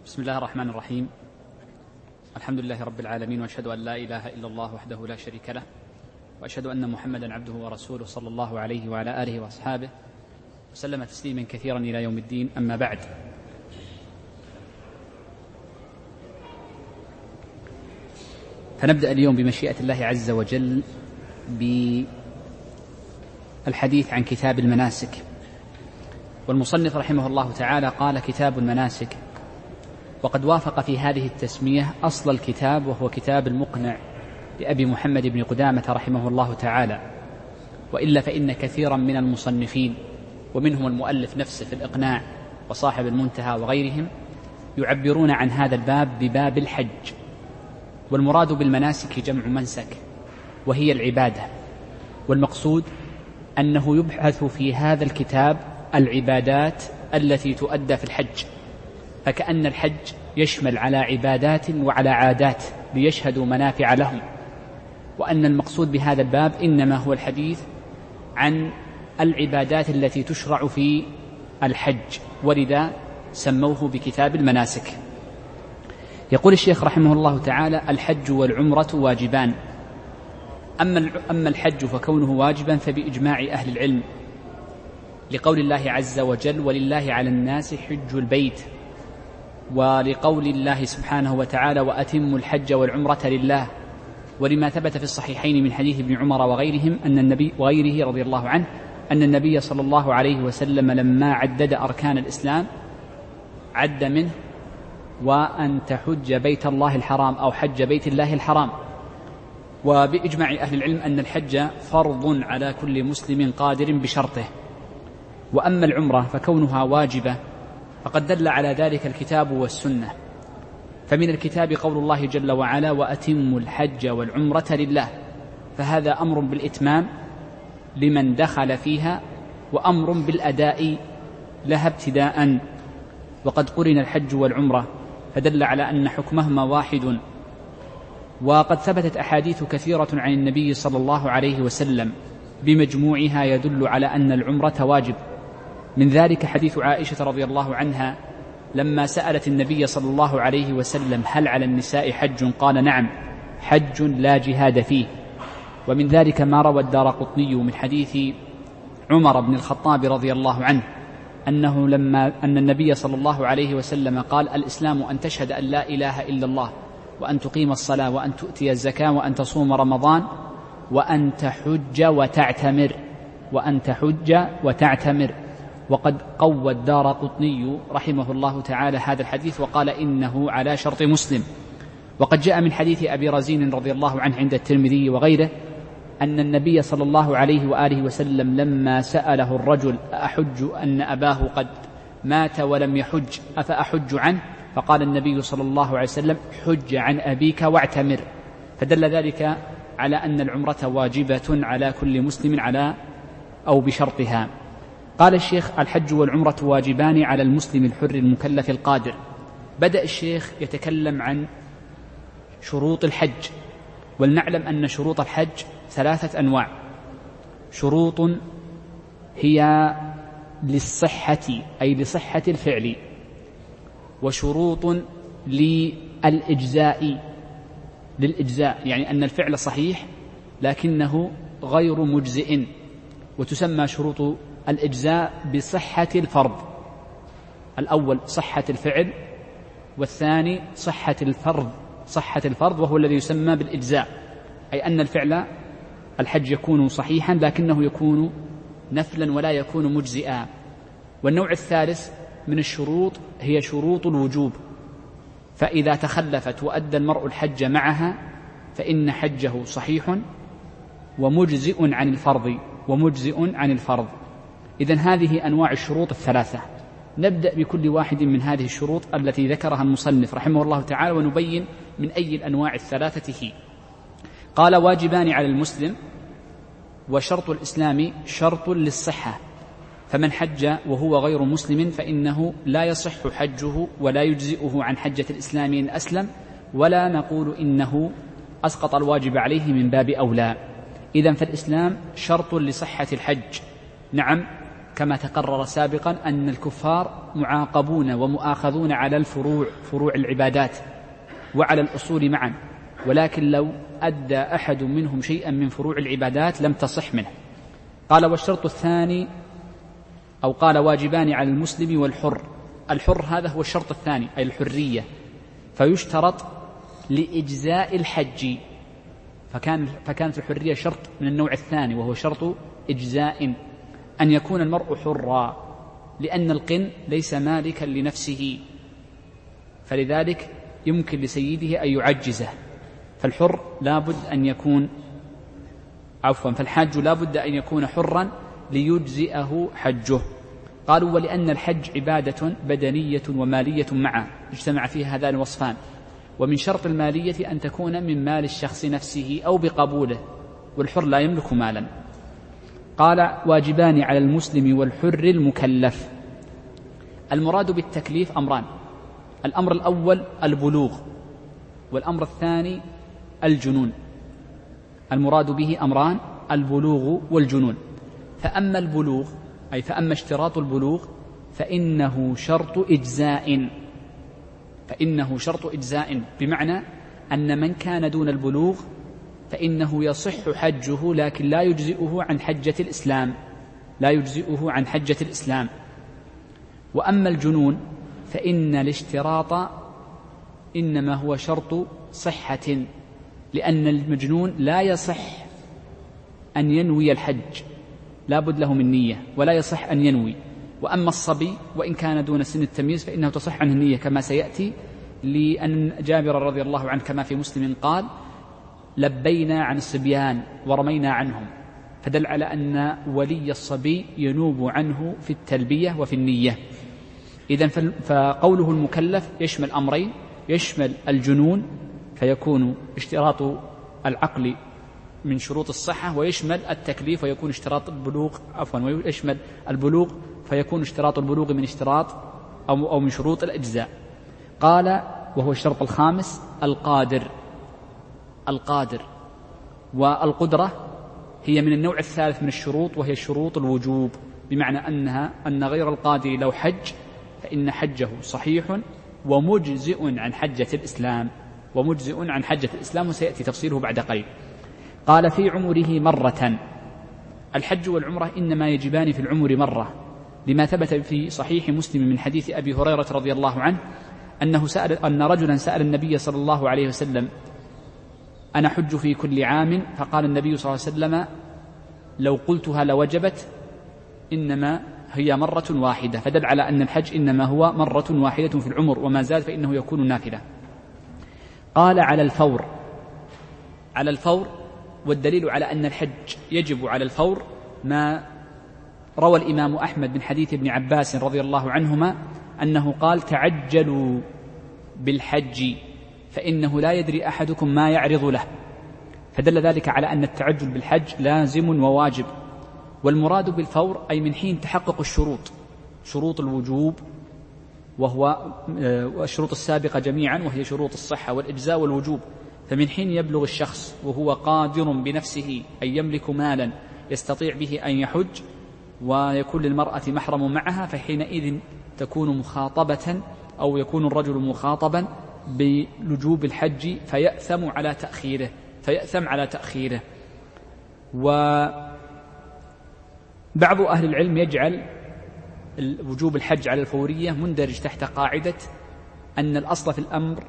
بسم الله الرحمن الرحيم. الحمد لله رب العالمين، وأشهد أن لا إله إلا الله وحده لا شريك له، وأشهد أن محمدا عبده ورسوله صلى الله عليه وعلى آله وأصحابه وسلم تسليما كثيرا إلى يوم الدين. أما بعد، فنبدأ اليوم بمشيئة الله عز وجل بالحديث عن كتاب المناسك. والمصنف رحمه الله تعالى قال: كتاب المناسك. وقد وافق في هذه التسمية أصل الكتاب، وهو كتاب المقنع لأبي محمد بن قدامة رحمه الله تعالى، وإلا فإن كثيرا من المصنفين ومنهم المؤلف نفسه في الإقناع وصاحب المنتهى وغيرهم يعبرون عن هذا الباب بباب الحج. والمراد بالمناسك جمع منسك، وهي العبادة، والمقصود أنه يبحث في هذا الكتاب العبادات التي تؤدى في الحج، فكأن الحج يشمل على عبادات وعلى عادات ليشهدوا منافع لهم، وأن المقصود بهذا الباب إنما هو الحديث عن العبادات التي تشرع في الحج، ولذا سموه بكتاب المناسك. يقول الشيخ رحمه الله تعالى: الحج والعمرة واجبان. أما الحج فكونه واجبا فبإجماع أهل العلم، لقول الله عز وجل: ولله على الناس حج البيت، ولقول الله سبحانه وتعالى: وأتموا الحج والعمرة لله، ولما ثبت في الصحيحين من حديث ابن عمر وغيرهم أن النبي وغيره رضي الله عنه أن النبي صلى الله عليه وسلم لما عدد أركان الإسلام عد منه: وأن تحج بيت الله الحرام، أو حج بيت الله الحرام. وبإجماع أهل العلم أن الحج فرض على كل مسلم قادر بشرطه. وأما العمرة فكونها واجبة فقد دل على ذلك الكتاب والسنة. فمن الكتاب قول الله جل وعلا: وأتموا الحج والعمرة لله، فهذا أمر بالإتمام لمن دخل فيها، وأمر بالأداء لها ابتداء. وقد قرن الحج والعمرة فدل على أن حكمهما واحد. وقد ثبتت أحاديث كثيرة عن النبي صلى الله عليه وسلم بمجموعها يدل على أن العمرة واجب. من ذلك حديث عائشة رضي الله عنها لما سألت النبي صلى الله عليه وسلم: هل على النساء حج؟ قال: نعم، حج لا جهاد فيه. ومن ذلك ما روى الدارقطني من حديث عمر بن الخطاب رضي الله عنه أن النبي صلى الله عليه وسلم قال: الإسلام أن تشهد أن لا إله إلا الله، وأن تقيم الصلاة، وأن تؤتي الزكاة، وأن تصوم رمضان، وأن تحج وتعتمر. وقد قوى الدارقطني رحمه الله تعالى هذا الحديث وقال: إنه على شرط مسلم. وقد جاء من حديث أبي رزين رضي الله عنه عند الترمذي وغيره أن النبي صلى الله عليه وآله وسلم لما سأله الرجل: أحج أن أباه قد مات ولم يحج، أفأحج عنه؟ فقال النبي صلى الله عليه وسلم: حج عن أبيك واعتمر. فدل ذلك على أن العمرة واجبة على كل مسلم على أو بشرطها. قال الشيخ: الحج والعمرة واجبان على المسلم الحر المكلف القادر. بدأ الشيخ يتكلم عن شروط الحج، ولنعلم أن شروط الحج 3 أنواع: شروط هي للصحة أي لصحة الفعل، وشروط للإجزاء يعني أن الفعل صحيح لكنه غير مجزئ، وتسمى شروط الإجزاء بصحة الفرض. الأول صحة الفعل، والثاني صحة الفرض وهو الذي يسمى بالإجزاء، أي أن الفعل الحج يكون صحيحا لكنه يكون نفلا ولا يكون مجزئا. والنوع الثالث من الشروط هي شروط الوجوب، فإذا تخلفت وأدى المرء الحج معها فإن حجه صحيح ومجزئ عن الفرض. إذن هذه أنواع الشروط 3. نبدأ بكل واحد من هذه الشروط التي ذكرها المصنف رحمه الله تعالى، ونبين من أي الأنواع 3 هي. قال: واجبان على المسلم، وشرط الإسلام شرط للصحة، فمن حج وهو غير مسلم فإنه لا يصح حجه ولا يجزئه عن حجة الإسلام إن أسلم، ولا نقول إنه أسقط الواجب عليه من باب أولى. إذن فالإسلام شرط لصحة الحج. نعم، كما تقرر سابقا أن الكفار معاقبون ومؤاخذون على فروع العبادات وعلى الأصول معا، ولكن لو أدى أحد منهم شيئا من فروع العبادات لم تصح منه. قال والشرط الثاني، أو قال واجبان على المسلم والحر. الحر هذا هو الشرط الثاني أي الحرية، فيشترط لإجزاء الحج، فكانت الحرية شرط من النوع الثاني وهو شرط إجزاء، أن يكون المرء حرا، لأن القن ليس مالكا لنفسه، فلذلك يمكن لسيده أن يعجزه. فالحر لابد أن يكون فالحاج لابد أن يكون حرا ليجزئه حجه. قالوا ولأن الحج عبادة بدنية ومالية معا، اجتمع فيها هذان الوصفان، ومن شرط المالية أن تكون من مال الشخص نفسه أو بقبوله، والحر لا يملك مالا. قال واجبان على المسلم والحر المكلف. المراد بالتكليف أمران: الأمر الأول البلوغ، والأمر الثاني الجنون. المراد به أمران: البلوغ والجنون. فأما البلوغ فأما اشتراط البلوغ فإنه شرط إجزاء، بمعنى أن من كان دون البلوغ فإنه يصح حجه لكن لا يجزئه عن حجة الإسلام. وأما الجنون فإن الاشتراط إنما هو شرط صحة، لأن المجنون لا يصح أن ينوي الحج، لا بد له من نية ولا يصح أن ينوي. وأما الصبي وإن كان دون سن التمييز فإنه تصح عنه النية كما سيأتي، لأن جابر رضي الله عنه كما في مسلم قال: لبينا عن الصبيان ورمينا عنهم، فدل على أن ولي الصبي ينوب عنه في التلبية وفي النية. إذن فقوله المكلف يشمل أمرين: يشمل الجنون فيكون اشتراط العقل من شروط الصحة، ويشمل التكليف ويكون اشتراط البلوغ ويشمل البلوغ فيكون اشتراط البلوغ من اشتراط أو من شروط الإجزاء. قال وهو الشرط الخامس القادر. والقدرة هي من النوع الثالث من الشروط، وهي شروط الوجوب، بمعنى أن غير القادر لو حج فإن حجه صحيح ومجزئ عن حجة الإسلام، وسيأتي تفصيله بعد قليل. قال في عمره مرة. الحج والعمرة إنما يجبان في العمر مرة، لما ثبت في صحيح مسلم من حديث أبي هريرة رضي الله عنه أن رجلا سأل النبي صلى الله عليه وسلم: أنا حج في كل عام؟ فقال النبي صلى الله عليه وسلم: لو قلتها لوجبت، إنما هي مرة واحدة، فدل على أن الحج إنما هو مرة واحدة في العمر، وما زاد فإنه يكون نافلة. قال على الفور، والدليل على أن الحج يجب على الفور ما روى الإمام أحمد من حديث ابن عباس رضي الله عنهما أنه قال: تعجلوا بالحج فإنه لا يدري أحدكم ما يعرض له، فدل ذلك على أن التعجل بالحج لازم وواجب. والمراد بالفور أي من حين تحقق شروط الوجوب، وهو الشروط السابقة جميعا، وهي شروط الصحة والإجزاء والوجوب. فمن حين يبلغ الشخص وهو قادر بنفسه أن يملك مالا يستطيع به أن يحج، ويكون للمرأة محرم معها، فحينئذ تكون مخاطبة أو يكون الرجل مخاطبا بلجوب الحج فيأثم على تأخيره. وبعض أهل العلم يجعل وجوب الحج على الفورية مندرج تحت قاعدة أن الأصل في الأمر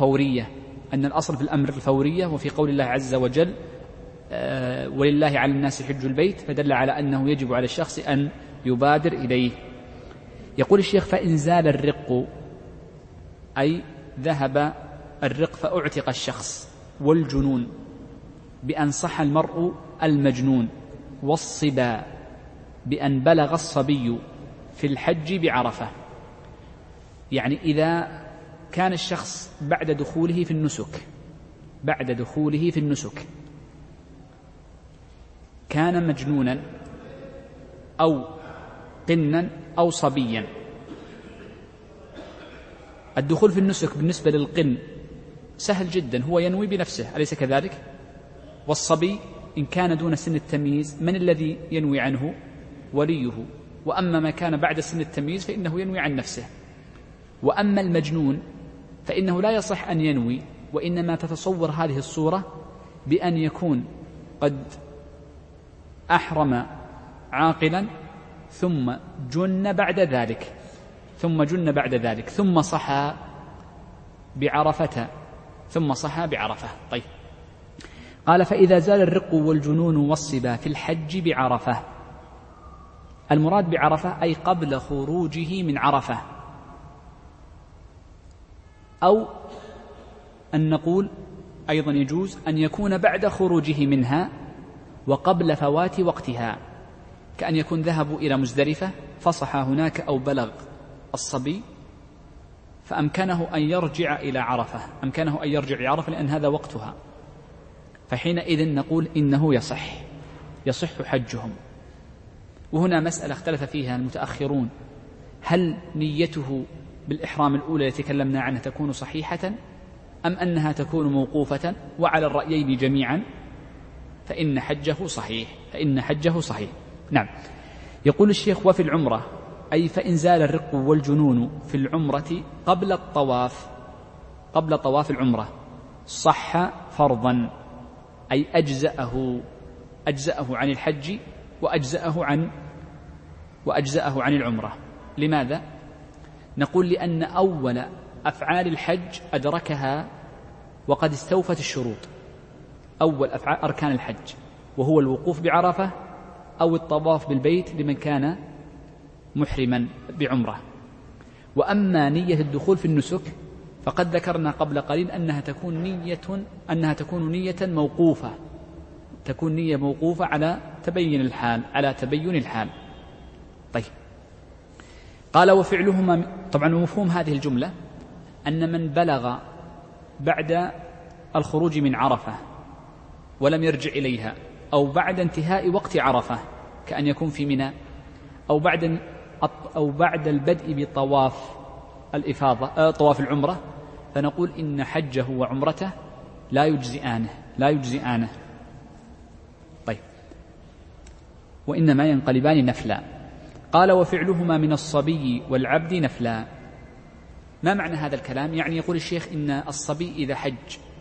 الفورية، وفي قول الله عز وجل: ولله على الناس حج البيت، فدل على أنه يجب على الشخص أن يبادر إليه. يقول الشيخ: فإن زال الرق، أي ذهب الرق فأعتق الشخص، والجنون بأن صح المرء المجنون، والصبا بأن بلغ الصبي في الحج بعرفة. يعني إذا كان الشخص بعد دخوله في النسك كان مجنونا أو قنا أو صبيا. الدخول في النسك بالنسبة للقن سهل جدا، هو ينوي بنفسه، أليس كذلك؟ والصبي إن كان دون سن التمييز من الذي ينوي عنه؟ وليه، وأما ما كان بعد سن التمييز فإنه ينوي عن نفسه. وأما المجنون فإنه لا يصح أن ينوي، وإنما تتصور هذه الصورة بأن يكون قد أحرم عاقلا ثم جن بعد ذلك ثم صحى بعرفة. طيب، قال: فإذا زال الرق والجنون والصبا في الحج بعرفة. المراد بعرفة أي قبل خروجه من عرفة، أو أن نقول أيضا يجوز أن يكون بعد خروجه منها وقبل فوات وقتها، كأن يكون ذهبوا إلى مزدلفة فصحى هناك أو بلغ الصبي فأمكنه أن يرجع إلى عرفة، لأن هذا وقتها، فحينئذ نقول إنه يصح حجهم. وهنا مسألة اختلف فيها المتأخرون: هل نيته بالإحرام الأولى التي تكلمنا عنها تكون صحيحة أم أنها تكون موقوفة؟ وعلى الرأيين جميعا فإن حجه صحيح. نعم. يقول الشيخ: وفي العمرة أي فإن زال الرق والجنون في العمرة قبل طواف العمرة صح فرضا، أي أجزأه عن الحج وأجزأه عن العمرة. لماذا؟ نقول: لأن أول أفعال الحج أدركها وقد استوفت الشروط، أول أفعال أركان الحج، وهو الوقوف بعرفة أو الطواف بالبيت لمن كان محرما بعمرة. وأما نية الدخول في النسك فقد ذكرنا قبل قليل أنها تكون نية موقوفة، تكون نية موقوفة على تبين الحال. طيب، قال: وفعلهما. طبعا مفهوم هذه الجملة أن من بلغ بعد الخروج من عرفة ولم يرجع إليها، أو بعد انتهاء وقت عرفة كأن يكون في منى، أو بعد البدء بطواف الإفاضة طواف العمرة، فنقول إن حجه وعمرته لا يجزئانه. طيب، وإنما ينقلبان نفلا. قال: وفعلهما من الصبي والعبد نفلا. ما معنى هذا الكلام؟ يعني يقول الشيخ إن الصبي إذا حج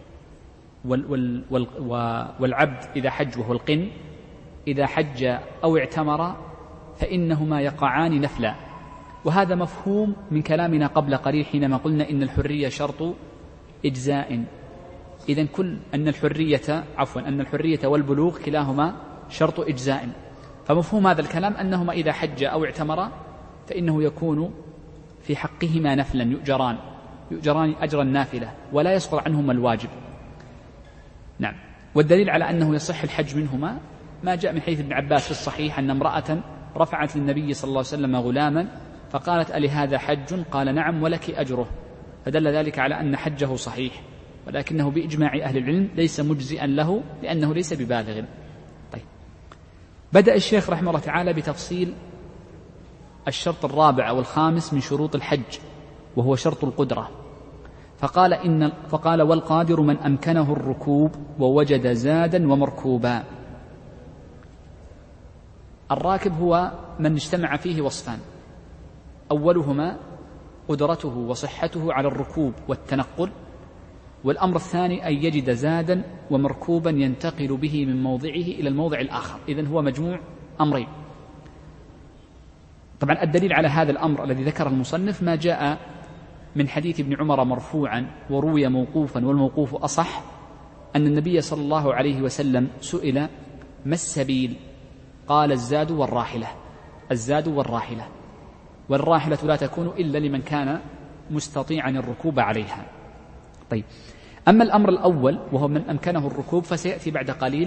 والعبد إذا حج وهو القن إذا حج أو اعتمر فإنهما يقعان نفلا. وهذا مفهوم من كلامنا قبل قليل حينما قلنا إن الحرية شرط إجزاء. إذن أن الحرية والبلوغ كلاهما شرط إجزاء. فمفهوم هذا الكلام أنهما إذا حج أو اعتمر فإنه يكون في حقهما نفلا، يؤجران أجر النافلة ولا يسقط عنهما الواجب. نعم. والدليل على أنه يصح الحج منهما ما جاء من حديث ابن عباس في الصحيح أن امرأة رفعت للنبي صلى الله عليه وسلم غلاما فقالت: ألي هذا حج؟ قال: نعم ولك أجره. فدل ذلك على أن حجه صحيح، ولكنه بإجماع أهل العلم ليس مجزئا له لأنه ليس ببالغ. طيب، بدأ الشيخ رحمه الله تعالى بتفصيل الشرط الرابع والخامس من شروط الحج، وهو شرط القدرة. فقال: والقادر من أمكنه الركوب ووجد زادا ومركوبا. الراكب هو من اجتمع فيه وصفان: أولهما قدرته وصحته على الركوب والتنقل، والأمر الثاني أن يجد زادا ومركوبا ينتقل به من موضعه إلى الموضع الآخر. إذن هو مجموع أمرين. طبعا الدليل على هذا الأمر الذي ذكر المصنف ما جاء من حديث ابن عمر مرفوعا وروي موقوفا، والموقوف أصح، أن النبي صلى الله عليه وسلم سئل: ما السبيل؟ قال: الزاد والراحلة، والراحلة لا تكون إلا لمن كان مستطيعا الركوب عليها. طيب، أما الأمر الأول وهو من أمكنه الركوب فسيأتي بعد قليل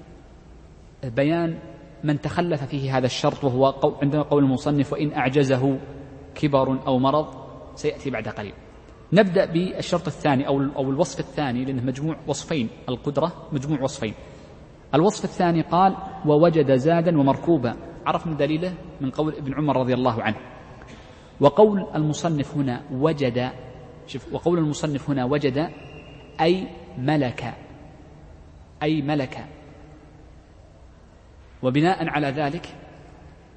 بيان من تخلف فيه هذا الشرط، وهو عندما قول المصنف: وإن أعجزه كبر أو مرض، سيأتي بعد قليل. نبدأ بالشرط الثاني أو الوصف الثاني، لأنه مجموع وصفين، القدرة مجموع وصفين. الوصف الثاني قال: ووجد زادا ومركوبا. عرفنا دليله من قول ابن عمر رضي الله عنه. وقول المصنف هنا وجد، وقول المصنف هنا وجد أي ملك. وبناء على ذلك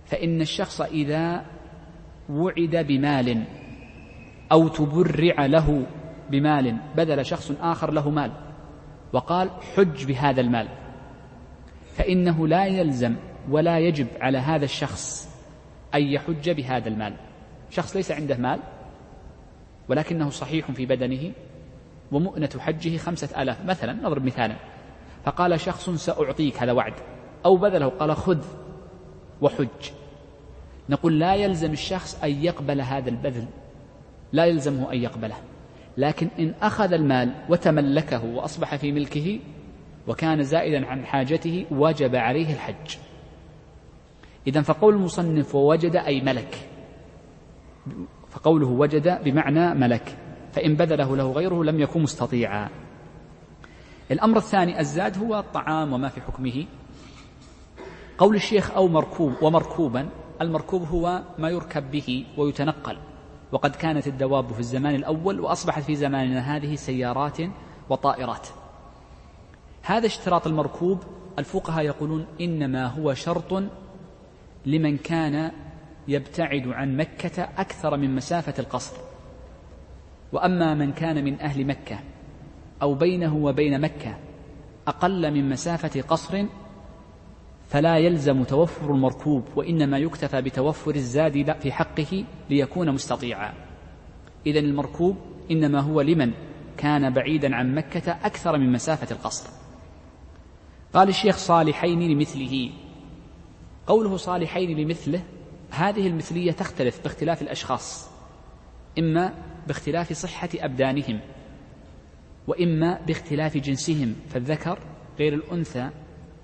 فإن الشخص إذا وعد بمال أو تبرع له بمال، بذل شخص آخر له مال وقال حج بهذا المال، فإنه لا يلزم ولا يجب على هذا الشخص أن يحج بهذا المال. شخص ليس عنده مال ولكنه صحيح في بدنه ومؤنة حجه 5000 مثلا، نضرب مثالا، فقال شخص سأعطيك، هذا وعد، أو بذله قال خذ وحج، نقول لا يلزم الشخص أن يقبل هذا البذل، لا يلزمه أن يقبله، لكن إن أخذ المال وتملكه وأصبح في ملكه وكان زائدا عن حاجته وجب عليه الحج. إذن فقول المصنف ووجد أي ملك، فقوله وجد بمعنى ملك، فإن بذله له غيره لم يكن مستطيعا. الأمر الثاني الزاد هو الطعام وما في حكمه. قول الشيخ أو مركوب ومركوبا، المركوب هو ما يركب به ويتنقل، وقد كانت الدواب في الزمان الأول وأصبحت في زماننا هذه سيارات وطائرات. هذا اشتراط المركوب الفقهاء يقولون إنما هو شرط لمن كان يبتعد عن مكة أكثر من مسافة القصر، وأما من كان من أهل مكة أو بينه وبين مكة أقل من مسافة قصر فلا يلزم توفر المركوب، وإنما يكتفى بتوفر الزاد في حقه ليكون مستطيعا. إذن المركوب إنما هو لمن كان بعيدا عن مكة أكثر من مسافة القصر. قال الشيخ صالحين لمثله. قوله صالحين لمثله، هذه المثلية تختلف باختلاف الأشخاص، إما باختلاف صحة أبدانهم، وإما باختلاف جنسهم فالذكر غير الأنثى،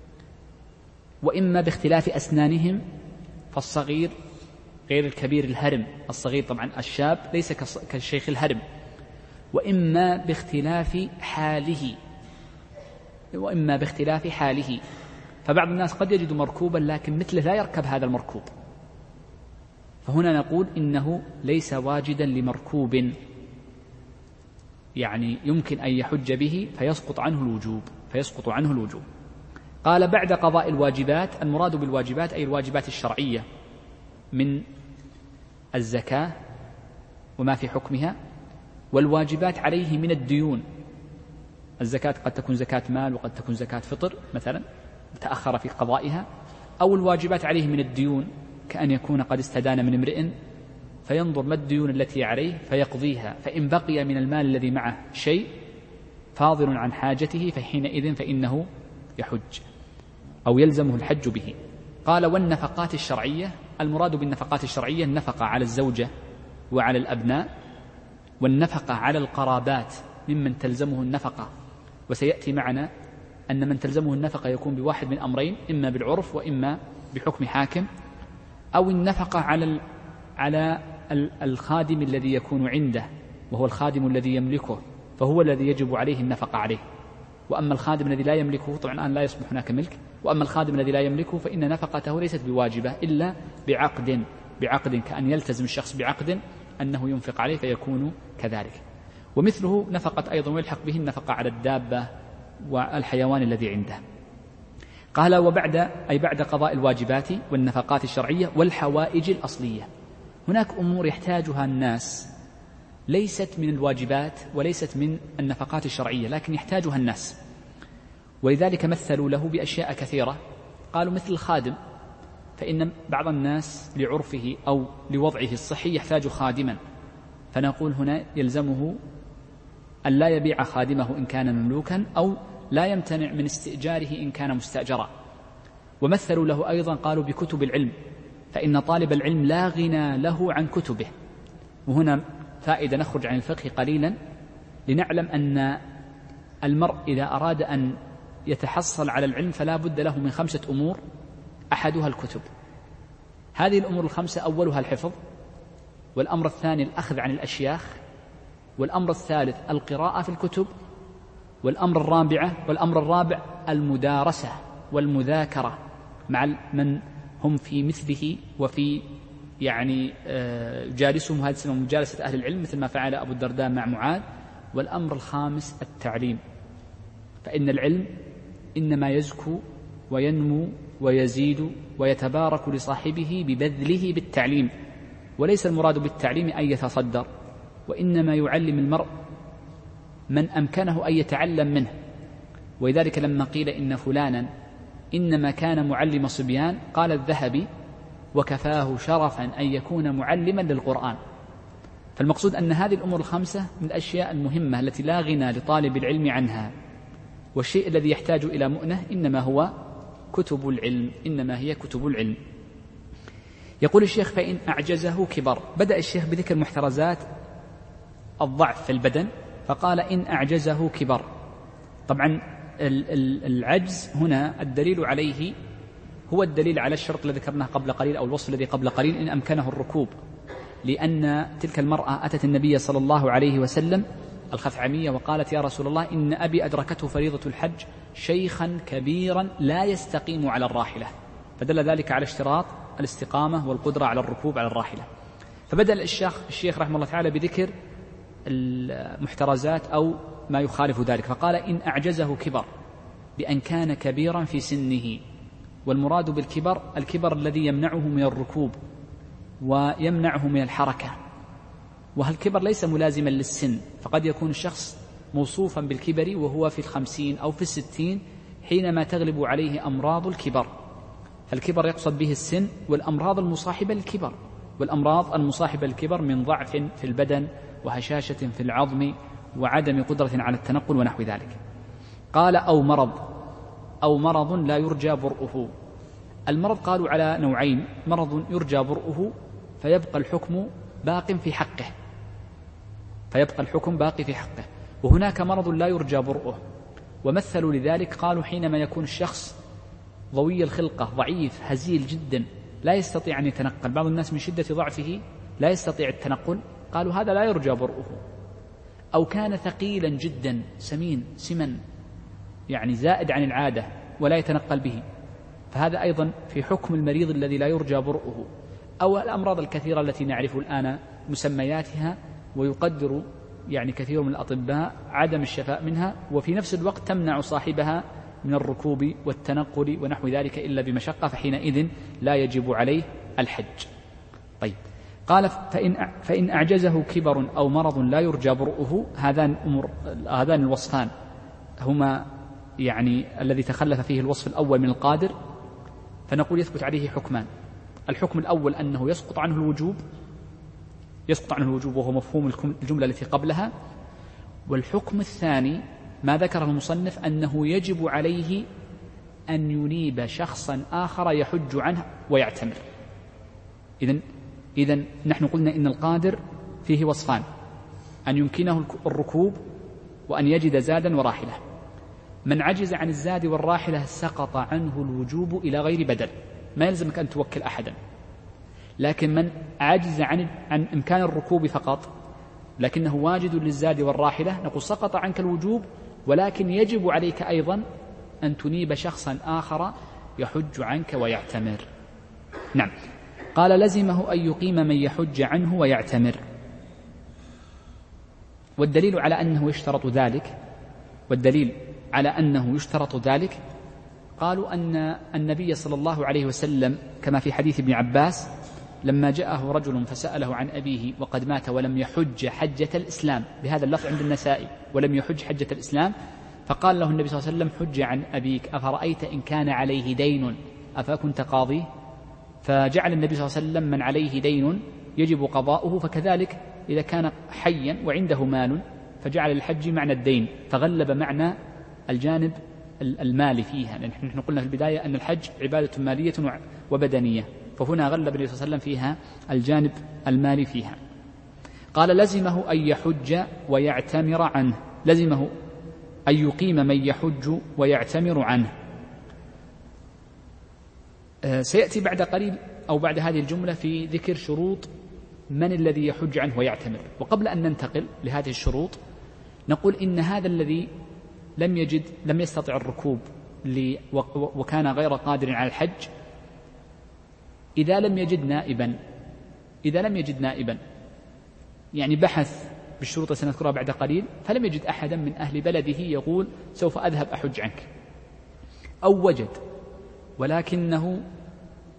وإما باختلاف أسنانهم فالصغير غير الكبير الهرم، الصغير طبعا الشاب ليس كالشيخ الهرم، وإما باختلاف حاله، فبعض الناس قد يجد مركوبا لكن مثله لا يركب هذا المركوب، فهنا نقول إنه ليس واجدا لمركوب، يعني يمكن أن يحج به فيسقط عنه الوجوب. قال بعد قضاء الواجبات، المراد بالواجبات أي الواجبات الشرعية من الزكاة وما في حكمها، والواجبات عليه من الديون. الزكاة قد تكون زكاة مال وقد تكون زكاة فطر مثلا تأخر في قضائها، أو الواجبات عليه من الديون كأن يكون قد استدان من امرئ فينظر ما الديون التي عليه فيقضيها، فإن بقي من المال الذي معه شيء فاضل عن حاجته فحينئذ فإنه يحج أو يلزمه الحج به. قال والنفقات الشرعية، المراد بالنفقات الشرعية النفقة على الزوجة وعلى الأبناء، والنفقة على القرابات ممن تلزمه النفقة، وسيأتي معنا أن من تلزمه النفقة يكون بواحد من أمرين، إما بالعرف وإما بحكم حاكم، أو النفقة على الخادم الذي يكون عنده وهو الخادم الذي يملكه، فهو الذي يجب عليه النفقة عليه. وأما الخادم الذي لا يملكه، طبعا الآن لا يصبح هناك ملك، وأما الخادم الذي لا يملكه فإن نفقته ليست بواجبة إلا بعقد كأن يلتزم الشخص بعقد أنه ينفق عليه فيكون كذلك. ومثله نفقة أيضا ويلحق به النفقة على الدابة والحيوان الذي عنده. قال بعد قضاء الواجبات والنفقات الشرعية والحوائج الأصلية. هناك أمور يحتاجها الناس ليست من الواجبات وليست من النفقات الشرعية لكن يحتاجها الناس، ولذلك مثلوا له بأشياء كثيرة. قالوا مثل الخادم، فإن بعض الناس لعرفه أو لوضعه الصحي يحتاج خادما، فنقول هنا يلزمه أن لا يبيع خادمه إن كان مملوكا، أو لا يمتنع من استئجاره إن كان مستأجرا. ومثلوا له أيضا قالوا بكتب العلم، فإن طالب العلم لا غنى له عن كتبه. وهنا فائدة نخرج عن الفقه قليلا لنعلم أن المرء إذا أراد أن يتحصل على العلم فلا بد له من 5 أمور، أحدها الكتب. هذه الأمور ال5 أولها الحفظ، والأمر الثاني الأخذ عن الأشياخ، والأمر الثالث القراءة في الكتب، والأمر الرابع المدارسة والمذاكرة مع من هم في مثله وفي جالسهم هذه اسمها مجالسة أهل العلم مثل ما فعل أبو الدرداء مع معاذ. والأمر الخامس التعليم، فإن العلم إنما يزكو وينمو ويزيد ويتبارك لصاحبه ببذله بالتعليم، وليس المراد بالتعليم أن يتصدر، وإنما يعلم المرء من أمكنه أن يتعلم منه. ولذلك لما قيل إن فلانا إنما كان معلم صبيان قال الذهبي وكفاه شرفا أن يكون معلما للقرآن. فالمقصود أن هذه الأمور الخمسة من الأشياء المهمة التي لا غنى لطالب العلم عنها، والشيء الذي يحتاج إلى مؤنة إنما هو كتب العلم، إنما هي كتب العلم. يقول الشيخ فإن أعجزه كبر. بدأ الشيخ بذكر محترزات الضعف في البدن، فقال إن أعجزه كبر. طبعا العجز هنا الدليل عليه هو الدليل على الشرط الذي ذكرناه قبل قليل، أو الوصف الذي قبل قليل، إن أمكنه الركوب، لأن تلك المرأة أتت النبي صلى الله عليه وسلم الخثعمية وقالت يا رسول الله إن أبي أدركته فريضة الحج شيخا كبيرا لا يستقيم على الراحلة، فدل ذلك على اشتراط الاستقامة والقدرة على الركوب على الراحلة. فبدأ الشيخ رحمه الله تعالى بذكر المحترزات أو ما يخالف ذلك، فقال إن أعجزه كبر، بأن كان كبيرا في سنه. والمراد بالكبر الكبر الذي يمنعه من الركوب ويمنعه من الحركة. وهالكبر ليس ملازما للسن، فقد يكون الشخص موصوفا بالكبر وهو في 50 أو في 60 حينما تغلب عليه أمراض الكبر، فالكبر يقصد به السن والأمراض المصاحبة للكبر. والأمراض المصاحبة للكبر من ضعف في البدن وهشاشة في العظم وعدم قدرة على التنقل ونحو ذلك. قال أو مرض لا يرجى برؤه. المرض قالوا على نوعين: مرض يرجى برؤه فيبقى الحكم باق في حقه، وهناك مرض لا يرجى برؤه. ومثلوا لذلك قالوا حينما يكون الشخص ضوي الخلقة ضعيف هزيل جدا لا يستطيع أن يتنقل، بعض الناس من شدة ضعفه لا يستطيع التنقل، قالوا هذا لا يرجى برؤه. أو كان ثقيلا جدا سمن يعني زائد عن العادة ولا يتنقل به، فهذا أيضا في حكم المريض الذي لا يرجى برؤه. أو الأمراض الكثيرة التي نعرف الآن مسمياتها ويقدر يعني كثير من الأطباء عدم الشفاء منها، وفي نفس الوقت تمنع صاحبها من الركوب والتنقل ونحو ذلك إلا بمشقة، فحينئذ لا يجب عليه الحج. طيب، قال فإن أعجزه كبر أو مرض لا يرجى برؤه. هذان الوصفان هما يعني الذي تخلف فيه الوصف الأول من القادر، فنقول يثبت عليه حكمان. الحكم الأول أنه يسقط عنه الوجوب وهو مفهوم الجملة التي قبلها. والحكم الثاني ما ذكر المصنف أنه يجب عليه أن ينيب شخصا آخر يحج عنه ويعتمر. إذن نحن قلنا إن القادر فيه وصفان: أن يمكنه الركوب وأن يجد زادا وراحلة. من عجز عن الزاد والراحلة سقط عنه الوجوب إلى غير بدل، ما يلزمك أن توكل أحدا. لكن من عجز عن إمكان الركوب فقط لكنه واجد للزاد والراحلة، نقول سقط عنك الوجوب، ولكن يجب عليك أيضا أن تنيب شخصا آخر يحج عنك ويعتمر. نعم. قال لزمه أن يقيم من يحج عنه ويعتمر. والدليل على أنه يشترط ذلك قالوا أن النبي صلى الله عليه وسلم كما في حديث ابن عباس لما جاءه رجل فسأله عن أبيه وقد مات ولم يحج حجة الإسلام، بهذا اللفظ عند النسائي، ولم يحج حجة الإسلام، فقال له النبي صلى الله عليه وسلم: حج عن أبيك، أفرأيت إن كان عليه دين أفكنت قاضيه؟ فجعل النبي صلى الله عليه وسلم من عليه دين يجب قضاؤه، فكذلك إذا كان حيا وعنده مال فجعل الحج معنى الدين، فغلب معنى الجانب المالي فيها، لأن نحن قلنا في البداية أن الحج عبادة مالية وبدنية، فهنا غلب النبي صلى الله عليه وسلم فيها الجانب المالي فيها. قال لزمه أن يحج ويعتمر عنه، لزمه أن يقيم من يحج ويعتمر عنه. سيأتي بعد قليل أو بعد هذه الجملة في ذكر شروط من الذي يحج عنه ويعتمر. وقبل أن ننتقل لهذه الشروط نقول إن هذا الذي لم يستطع الركوب وكان غير قادر على الحج، إذا لم يجد نائبا يعني بحث بالشروط التي سنذكرها بعد قليل فلم يجد أحدا من أهل بلده يقول سوف أذهب أحج عنك، أو وجد ولكنه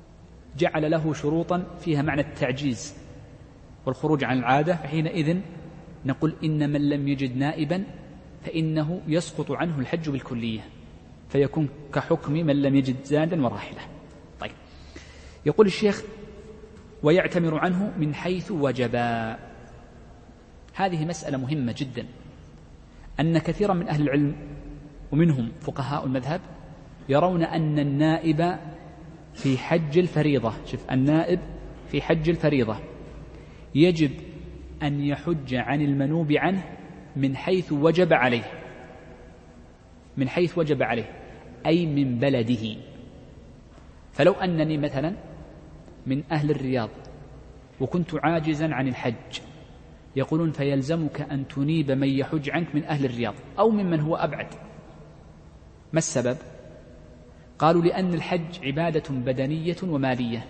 جعل له شروطا فيها معنى التعجيز والخروج عن العادة، فحينئذ نقول إن من لم يجد نائبا فإنه يسقط عنه الحج بالكلية، فيكون كحكم من لم يجد زادا وراحلة. طيب، يقول الشيخ: ويعتمر عنه من حيث وجبا. هذه مسألة مهمة جدا، أن كثيرا من أهل العلم ومنهم فقهاء المذهب يرون أن النائب في حج الفريضة، شوف، النائب في حج الفريضة يجب أن يحج عن المنوب عنه من حيث وجب عليه، من حيث وجب عليه أي من بلده. فلو أنني مثلا من أهل الرياض وكنت عاجزا عن الحج، يقولون فيلزمك أن تنيب من يحج عنك من أهل الرياض أو ممن هو أبعد. ما السبب؟ قالوا: لأن الحج عبادة بدنية ومالية،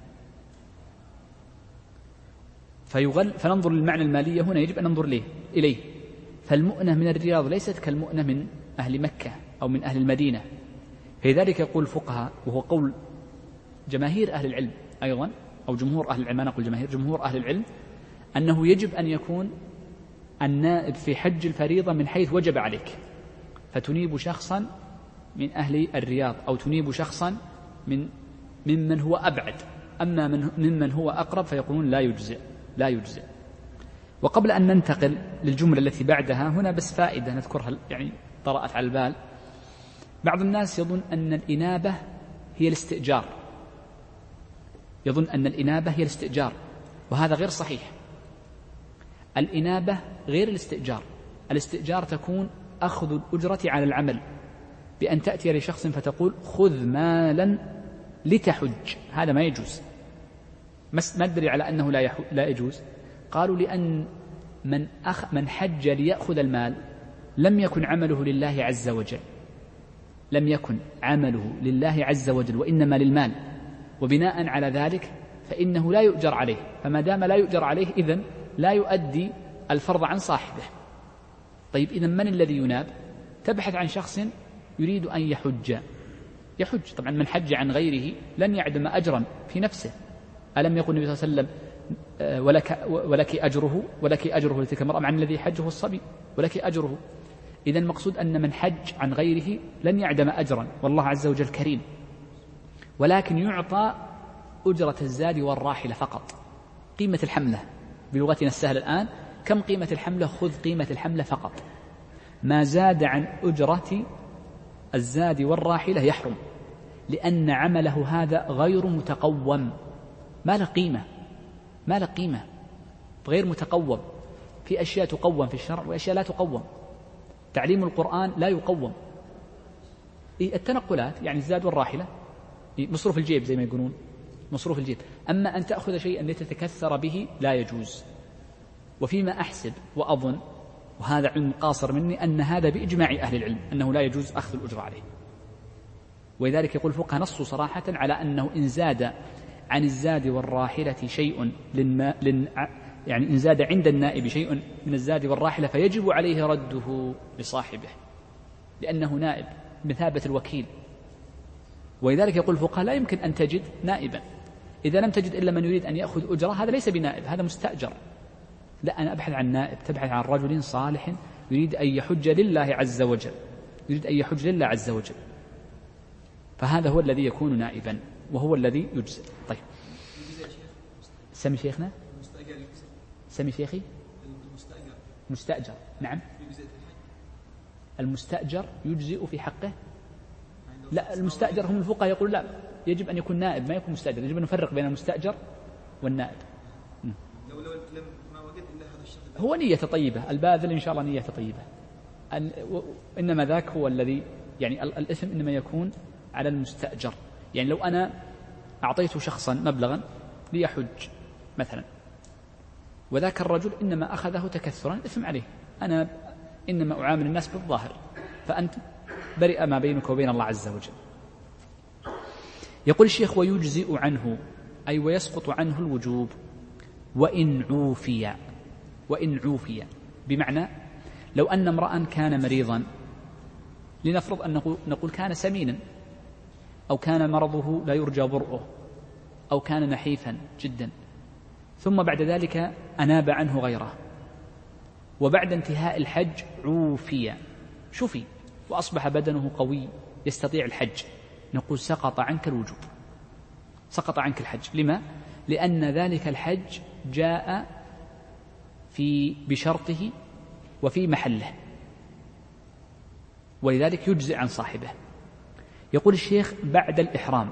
فننظر للمعنى المالية هنا، يجب أن ننظر إليه. فالمؤنة من الرياض ليست كالمؤنة من أهل مكة أو من أهل المدينة. فلذلك يقول الفقهاء، وهو قول جماهير أهل العلم أيضا، أو جمهور أهل العلم، ما نقول جماهير، جمهور أهل العلم، أنه يجب أن يكون النائب في حج الفريضة من حيث وجب عليك، فتنيب شخصا من أهل الرياض أو تنيب شخصا ممن هو أبعد. أما ممن هو أقرب فيقولون لا يجزئ. وقبل أن ننتقل للجملة التي بعدها، هنا بس فائدة نذكرها يعني طرأت على البال. بعض الناس يظن أن الإنابة هي الاستئجار، يظن أن الإنابة هي الاستئجار، وهذا غير صحيح. الإنابة غير الاستئجار. الاستئجار تكون أخذ الأجرة على العمل، بأن تأتي لشخص فتقول: خذ مالا لتحج. هذا ما يجوز. ما الدليل على أنه لا يجوز؟ قالوا: لأن من حج ليأخذ المال لم يكن عمله لله عز وجل، لم يكن عمله لله عز وجل، وإنما للمال، وبناء على ذلك فإنه لا يؤجر عليه. فما دام لا يؤجر عليه، إذن لا يؤدي الفرض عن صاحبه. طيب، إذن من الذي يناب؟ تبحث عن شخص يريد أن يحج. طبعا من حج عن غيره لن يعدم أجرا في نفسه. ألم يقل النبي صلى الله عليه وسلم: ولك أجره لتلك المرأة، مع أن الذي حجه الصبي، ولك أجره. إذن المقصود أن من حج عن غيره لن يعدم أجرا، والله عز وجل كريم، ولكن يعطى أجرة الزاد والراحلة فقط. قيمة الحملة بلغتنا السهلة الآن، كم قيمة الحملة؟ خذ قيمة الحملة فقط. ما زاد عن أجرة الزاد والراحلة يحرم، لأن عمله هذا غير متقوم، ما له قيمة، غير متقوم. في أشياء تقوم في الشرع وأشياء لا تقوم. تعليم القرآن لا يقوم. التنقلات يعني الزاد والراحلة مصروف الجيب زي ما يقولون، مصروف الجيب. أما أن تأخذ شيئا لتتكثر به لا يجوز. وفيما أحسب وأظن، وهذا علم قاصر مني، أن هذا بإجماع أهل العلم أنه لا يجوز أخذ الأجر عليه. ولذلك يقول الفقهاء نصوا صراحة على أنه إن زاد عن الزاد والراحلة شيء يعني إن زاد عند النائب شيء من الزاد والراحلة فيجب عليه رده لصاحبه، لأنه نائب بمثابة الوكيل. ولذلك يقول الفقهاء لا يمكن أن تجد نائبا. إذا لم تجد إلا من يريد أن يأخذ أجرة، هذا ليس بنائب، هذا مستأجر. لا، أنا أبحث عن نائب. تبحث عن رجل صالح يريد أن يحج لله عز وجل، يريد أن يحج لله عز وجل، فهذا هو الذي يكون نائبا، وهو الذي يجزئ. طيب، سمي شيخنا، سمي شيخي. مستأجر، نعم. المستأجر يجزئ في حقه؟ لا، المستأجر هم الفقهاء يقول لا، يجب أن يكون نائب، ما يكون مستأجر. يجب أن نفرق بين المستأجر والنائب. لو ما وجد إلا هذا الشخص، هو نية طيبة، الباذل إن شاء الله نية طيبة. إنما ذاك هو الذي يعني الإثم إنما يكون على المستأجر. يعني لو أنا أعطيت شخصا مبلغا ليحج مثلا، وذاك الرجل إنما أخذه تكثرا، الإثم عليه. أنا إنما أعامل الناس بالظاهر، فأنت برئ ما بينك وبين الله عز وجل. يقول الشيخ: ويجزئ عنه أي ويسقط عنه الوجوب وإن عوفي، بمعنى لو أن امرأ كان مريضا، لنفرض أن نقول كان سمينا، أو كان مرضه لا يرجى برؤه، أو كان نحيفا جدا، ثم بعد ذلك أناب عنه غيره، وبعد انتهاء الحج عوفي، شفي وأصبح بدنه قوي يستطيع الحج، نقول سقط عنك الوجوب، سقط عنك الحج. لما؟ لأن ذلك الحج جاء بشرطه وفي محله، ولذلك يجزئ عن صاحبه. يقول الشيخ بعد الإحرام،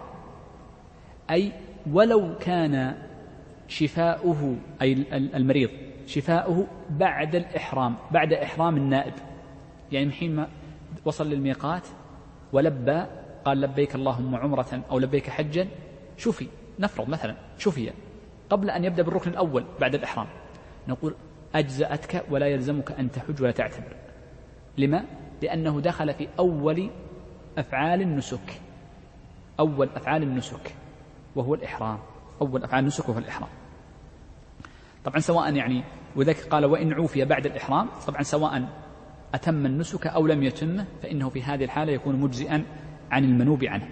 أي ولو كان شفاؤه، أي المريض شفاؤه بعد الإحرام، بعد إحرام النائب، يعني حين ما وصل للميقات ولبى قال لبيك اللهم عمرة أو لبيك حجا، شفي، نفرض مثلا شفي قبل أن يبدأ بالركن الأول بعد الإحرام، نقول أجزأتك ولا يلزمك أن تحج ولا تعتمر. لما؟ لأنه دخل في أول أفعال النسك، أول أفعال النسك وهو الإحرام، أول أفعال النسك وهو الإحرام. طبعا سواء يعني، وذلك قال وإن عوفي بعد الإحرام، طبعا سواء أتم النسك أو لم يتمه فإنه في هذه الحالة يكون مجزئا عن المنوب عنه.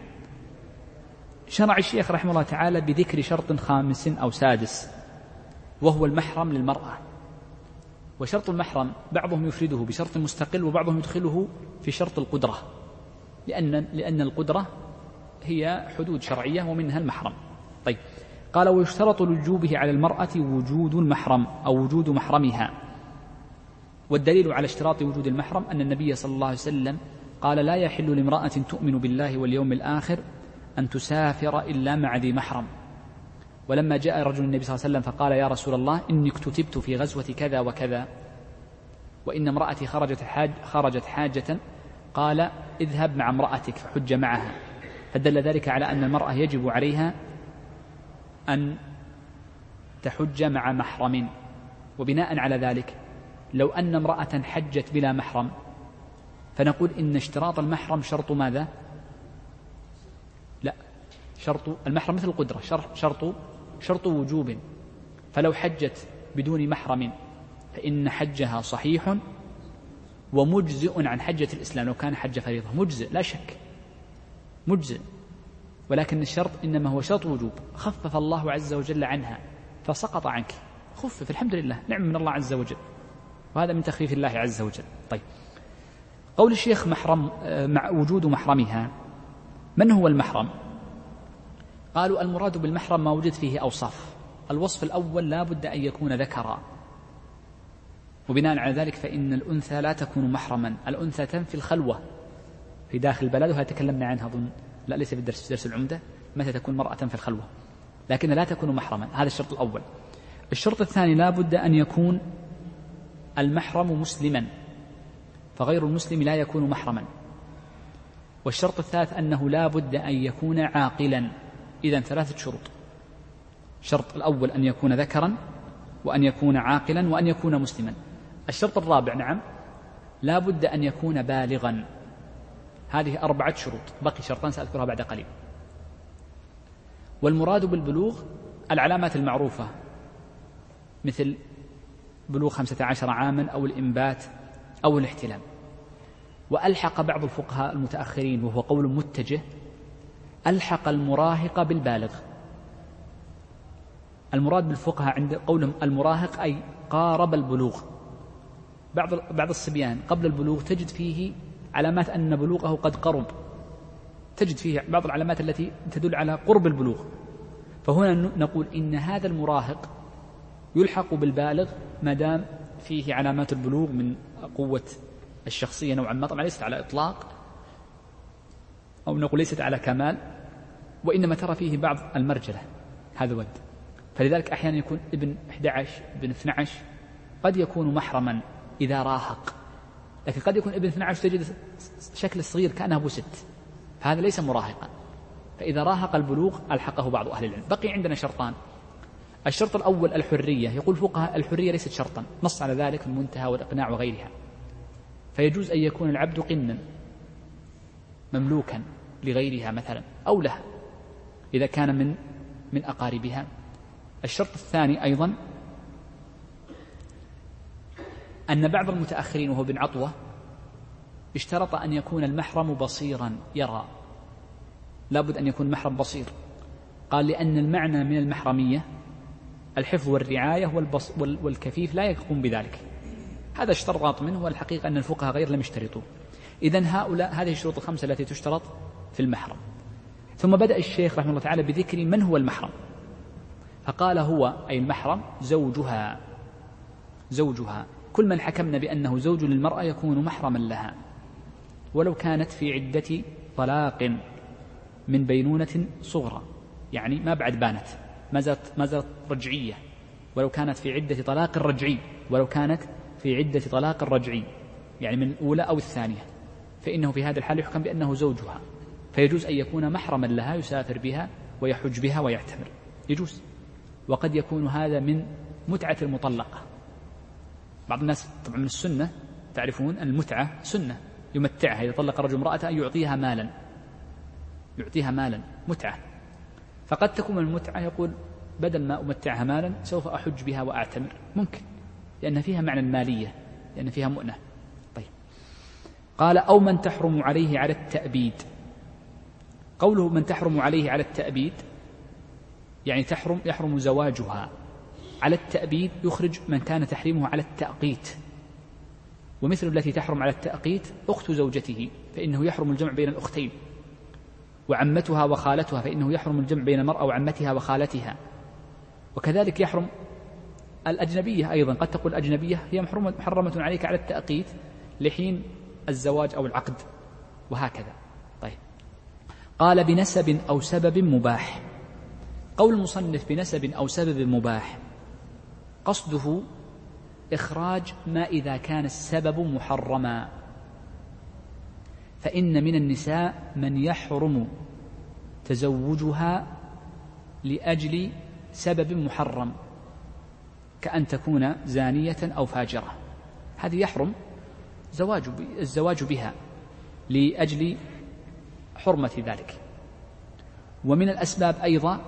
شرع الشيخ رحمه الله تعالى بذكر شرط خامس أو سادس، وهو المحرم للمرأة. وشرط المحرم بعضهم يفرده بشرط مستقل، وبعضهم يدخله في شرط القدرة، لأن القدرة هي حدود شرعية ومنها المحرم. طيب، قال ويشترط لوجوبه على المرأة وجود المحرم أو وجود محرمها. والدليل على اشتراط وجود المحرم أن النبي صلى الله عليه وسلم قال لا يحل لامرأة تؤمن بالله واليوم الآخر أن تسافر إلا مع ذي محرم. ولما جاء رجل النبي صلى الله عليه وسلم فقال يا رسول الله إني اكتتبت في غزوة كذا وكذا وإن امرأتي خرجت حاجة، قال اذهب مع امرأتك فحج معها. فدل ذلك على أن المرأة يجب عليها أن تحج مع محرم. وبناء على ذلك لو أن امرأة حجت بلا محرم فنقول إن اشتراط المحرم شرط ماذا؟ لا، شرط المحرم مثل القدرة، شرط وجوب. فلو حجت بدون محرم فإن حجها صحيح ومجزئ عن حجة الإسلام. لو كان حج فريضة مجزئ لا شك، مجزئ، ولكن الشرط إنما هو شرط وجوب، خفف الله عز وجل عنها فسقط عنك، خفف، الحمد لله، نعم من الله عز وجل، وهذا من تخفيف الله عز وجل. طيب، قول الشيخ محرم مع وجود محرمها، من هو المحرم؟ قالوا المراد بالمحرم ما وجد فيه أوصاف. الوصف الأول لا بد أن يكون ذكرا، وبناء على ذلك فإن الأنثى لا تكون محرما. الأنثى تنفي الخلوة في داخل البلد، وهذا تكلمنا عنها أظن، لا ليس في درس العمدة، متى تكون مرأة في الخلوة، لكن لا تكون محرما. هذا الشرط الأول. الشرط الثاني لا بد أن يكون المحرم مسلما، فغير المسلم لا يكون محرما. والشرط الثالث أنه لا بد أن يكون عاقلا. إذن 3 شروط: الشرط الأول أن يكون ذكرا، وأن يكون عاقلا، وأن يكون مسلما. الشرط الرابع نعم لا بد أن يكون بالغا. هذه 4 شروط، بقي شرطان سأذكرها بعد قليل. والمراد بالبلوغ العلامات المعروفة مثل بلوغ 15 عاما أو الإنبات أو الاحتلام. وألحق بعض الفقهاء المتأخرين، وهو قول متجه، ألحق المراهق بالبالغ. المراد بالفقهاء عند قولهم المراهق أي قارب البلوغ. بعض الصبيان قبل البلوغ تجد فيه علامات أن بلوغه قد قرب، تجد فيه بعض العلامات التي تدل على قرب البلوغ. فهنا نقول إن هذا المراهق يلحق بالبالغ ما دام فيه علامات البلوغ من قوة الشخصية نوعا ما، طبعا ليست على إطلاق، أو نقول ليست على كمال، وإنما ترى فيه بعض المرجلة، هذا ود. فلذلك أحيانا يكون ابن 11 ابن 12 قد يكون محرما إذا راهق، لكن قد يكون ابن 12 تجد شكل صغير كأنه أبو 6، فهذا ليس مراهقا. فإذا راهق البلوغ ألحقه بعض أهل العلم. بقي عندنا شرطان. الشرط الأول الحرية. يقول فقهاء الحرية ليست شرطا، نص على ذلك المنتهى والإقناع وغيرها. فيجوز أن يكون العبد قنا مملوكا لغيرها مثلا أو لها إذا كان من أقاربها. الشرط الثاني أيضا أن بعض المتأخرين وهو بن عطوة اشترط أن يكون المحرم بصيرا يرى، لا بد أن يكون المحرم بصير. قال لأن المعنى من المحرمية الحفظ والرعاية والكفيف لا يقوم بذلك. هذا اشترط منه، والحقيقة أن الفقهاء غير لم يشترطوه. إذن هذه الشروط الخمسة التي تشترط في المحرم. ثم بدأ الشيخ رحمه الله تعالى بذكر من هو المحرم، فقال هو أي المحرم زوجها كل من حكمنا بأنه زوج للمرأة يكون محرما لها، ولو كانت في عدة طلاق من بينونة صغرى، يعني ما بعد بانت، ما زالت رجعية، ولو كانت في عدة طلاق رجعي، يعني من الأولى أو الثانية، فإنه في هذا الحال يحكم بأنه زوجها، فيجوز أن يكون محرما لها، يسافر بها ويحج بها ويعتمر، يجوز. وقد يكون هذا من متعة المطلقة. بعض الناس طبعا من السنة تعرفون أن المتعة سنة، يمتعها إذا طلق الرجل امرأة أن يعطيها مالا متعة. فقد تكون من المتعة يقول بدل ما أمتعها مالا سوف أحج بها وأعتمر، ممكن، لأن فيها معنى المالية، لأن فيها مؤنة. طيب، قال أو من تحرم عليه على التأبيد. قوله من تحرم عليه على التأبيد يعني يحرم زواجها. على التأبيد يخرج من كان تحريمه على التأقيت، ومثل التي تحرم على التأقيت أخت زوجته، فإنه يحرم الجمع بين الأختين، وعمتها وخالتها، فإنه يحرم الجمع بين المرأة وعمتها وخالتها. وكذلك يحرم الأجنبية أيضا، قد تقول الأجنبية هي محرمة عليك على التأقيت لحين الزواج أو العقد، وهكذا. طيب، قال بنسب أو سبب مباح. قول المصنف بنسب أو سبب مباح قصده إخراج ما إذا كان السبب محرما، فإن من النساء من يحرم تزوجها لأجل سبب محرم، كأن تكون زانية أو فاجرة، هذه يحرم الزواج بها لأجل حرمة ذلك. ومن الأسباب أيضا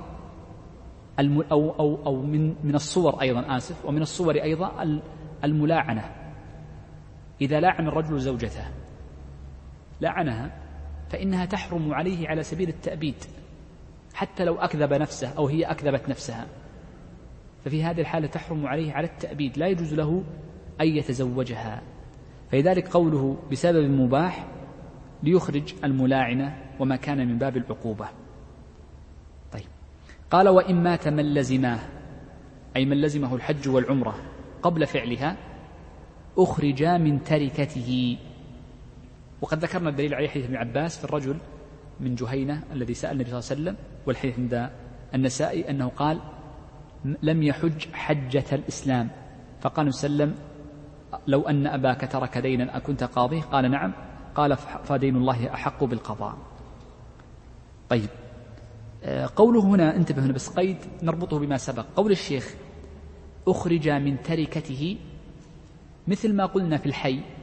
أو من الصور أيضا ومن الصور أيضا الملاعنة. إذا لاعن الرجل زوجته لاعنها فإنها تحرم عليه على سبيل التأبيد، حتى لو أكذب نفسه أو هي أكذبت نفسها، ففي هذه الحالة تحرم عليه على التأبيد، لا يجوز له أن يتزوجها. فلذلك قوله بسبب مباح ليخرج الملاعنة وما كان من باب العقوبة. طيب، قال وإن مات من لزماه، أي من لزمه الحج والعمرة قبل فعلها، أخرجا من تركته. وقد ذكرنا الدليل عليه حديث ابن عباس في الرجل من جهينة الذي سأل النبي صلى الله عليه وسلم، والحديث عند النسائي أنه قال لم يحج حجة الإسلام، فقال النبي صلى الله عليه وسلم لو أن أباك ترك دينا أكنت قاضيه؟ قال نعم، قال فدين الله أحق بالقضاء. طيب، قوله هنا انتبه هنا بس قيد نربطه بما سبق. قول الشيخ أخرج من تركته مثل ما قلنا في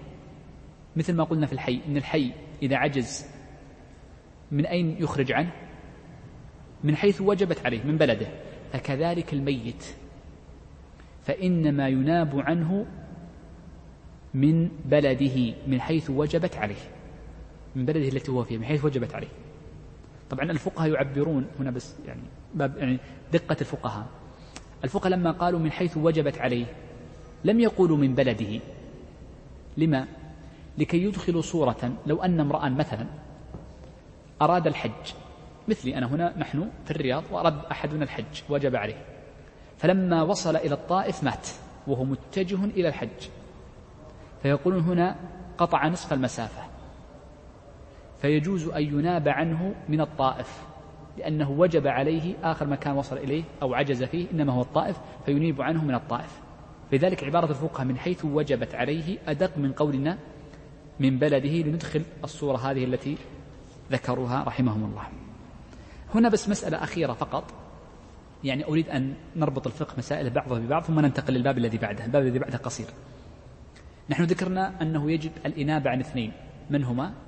الحي إن الحي إذا عجز من أين يخرج عنه؟ من حيث وجبت عليه، من بلده. فكذلك الميت فإنما يناب عنه من بلده من حيث وجبت عليه، من بلده التي هو فيها من حيث وجبت عليه. طبعا الفقهاء يعبرون هنا بس يعني دقة الفقهاء لما قالوا من حيث وجبت عليه لم يقولوا من بلده. لما؟ لكي يدخلوا صورة لو أن امرأ مثلا أراد الحج، مثلي أنا هنا نحن في الرياض وأراد أحدنا الحج وجب عليه، فلما وصل إلى الطائف مات وهو متجه إلى الحج، فيقولون هنا قطع نصف المسافة، فيجوز أن يناب عنه من الطائف لأنه وجب عليه آخر مكان وصل إليه أو عجز فيه إنما هو الطائف، فينيب عنه من الطائف. لذلك عبارة الفقهاء من حيث وجبت عليه أدق من قولنا من بلده، لندخل الصورة هذه التي ذكروها رحمهم الله. هنا بس مسألة أخيرة فقط، يعني أريد أن نربط الفقه مسائل بعضها ببعض ثم ننتقل للباب الذي بعده. الباب الذي بعده قصير. نحن ذكرنا أنه يجب الإنابة عن اثنين، من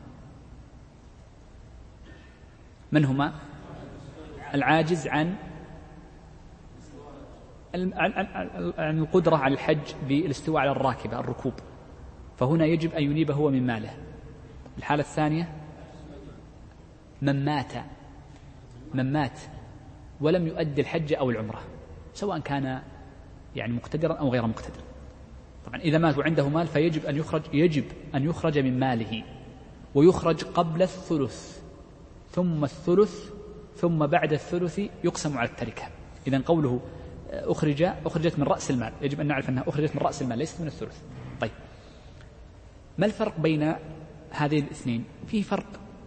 هما العاجز عن القدرة على الحج بالاستواء على الراكبة الركوب، فهنا يجب أن ينيب هو من ماله. الحالة الثانية من مات ولم يؤدي الحج أو العمرة، سواء كان يعني مقتدرا أو غير مقتدر. طبعا إذا مات وعنده مال فيجب أن يخرج من ماله، ويخرج قبل الثلث ثم الثلث ثم بعد الثلث يقسم على التركة. إذن قوله أخرجت من رأس المال، يجب أن نعرف أنها أخرجت من رأس المال ليست من الثلث. طيب، ما الفرق بين هذين الاثنين؟ فيه فرق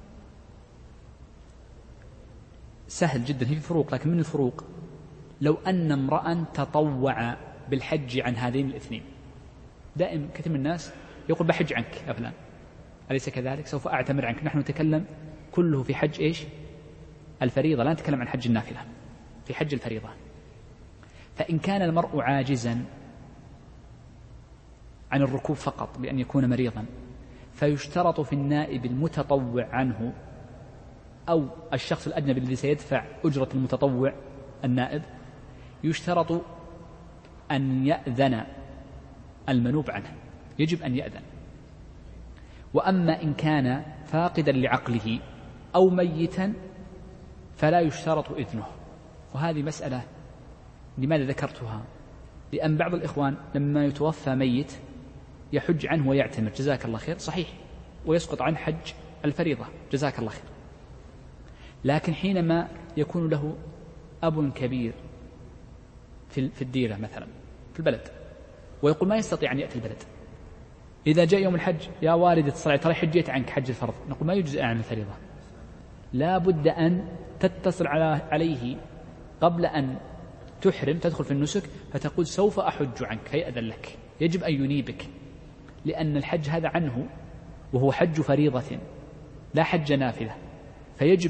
سهل جدا، في فروق، لكن من الفروق لو أن امرأ تطوع بالحج عن هذين الاثنين. دائما كثير من الناس يقول بحج عنك يا فلان، أليس كذلك؟ سوف أعتمر عنك. نحن نتكلم كله في حج إيش؟ الفريضة، لا نتكلم عن حج النافلة، في حج الفريضة. فإن كان المرء عاجزا عن الركوب فقط بأن يكون مريضا، فيشترط في النائب المتطوع عنه أو الشخص الأجنبي الذي سيدفع أجرة المتطوع النائب، يشترط أن يأذن المنوب عنه، يجب أن يأذن. وأما إن كان فاقدا لعقله أو ميتا فلا يشترط إذنه. وهذه مسألة لماذا ذكرتها؟ لأن بعض الإخوان لما يتوفى ميت يحج عنه ويعتمر، جزاك الله خير، صحيح، ويسقط عن حج الفريضة، جزاك الله خير. لكن حينما يكون له أب كبير في الديرة مثلا في البلد، ويقول ما يستطيع أن يأتي البلد، إذا جاء يوم الحج يا والدي اتصل ترى حجيت عنك حج الفرض، نقول ما يجزئ عن الفريضة، لا بد أن تتصل عليه قبل أن تحرم تدخل في النسك، فتقول سوف أحج عنك، فيأذن لك، يجب أن ينيبك، لأن الحج هذا عنه وهو حج فريضة لا حج نافلة، فيجب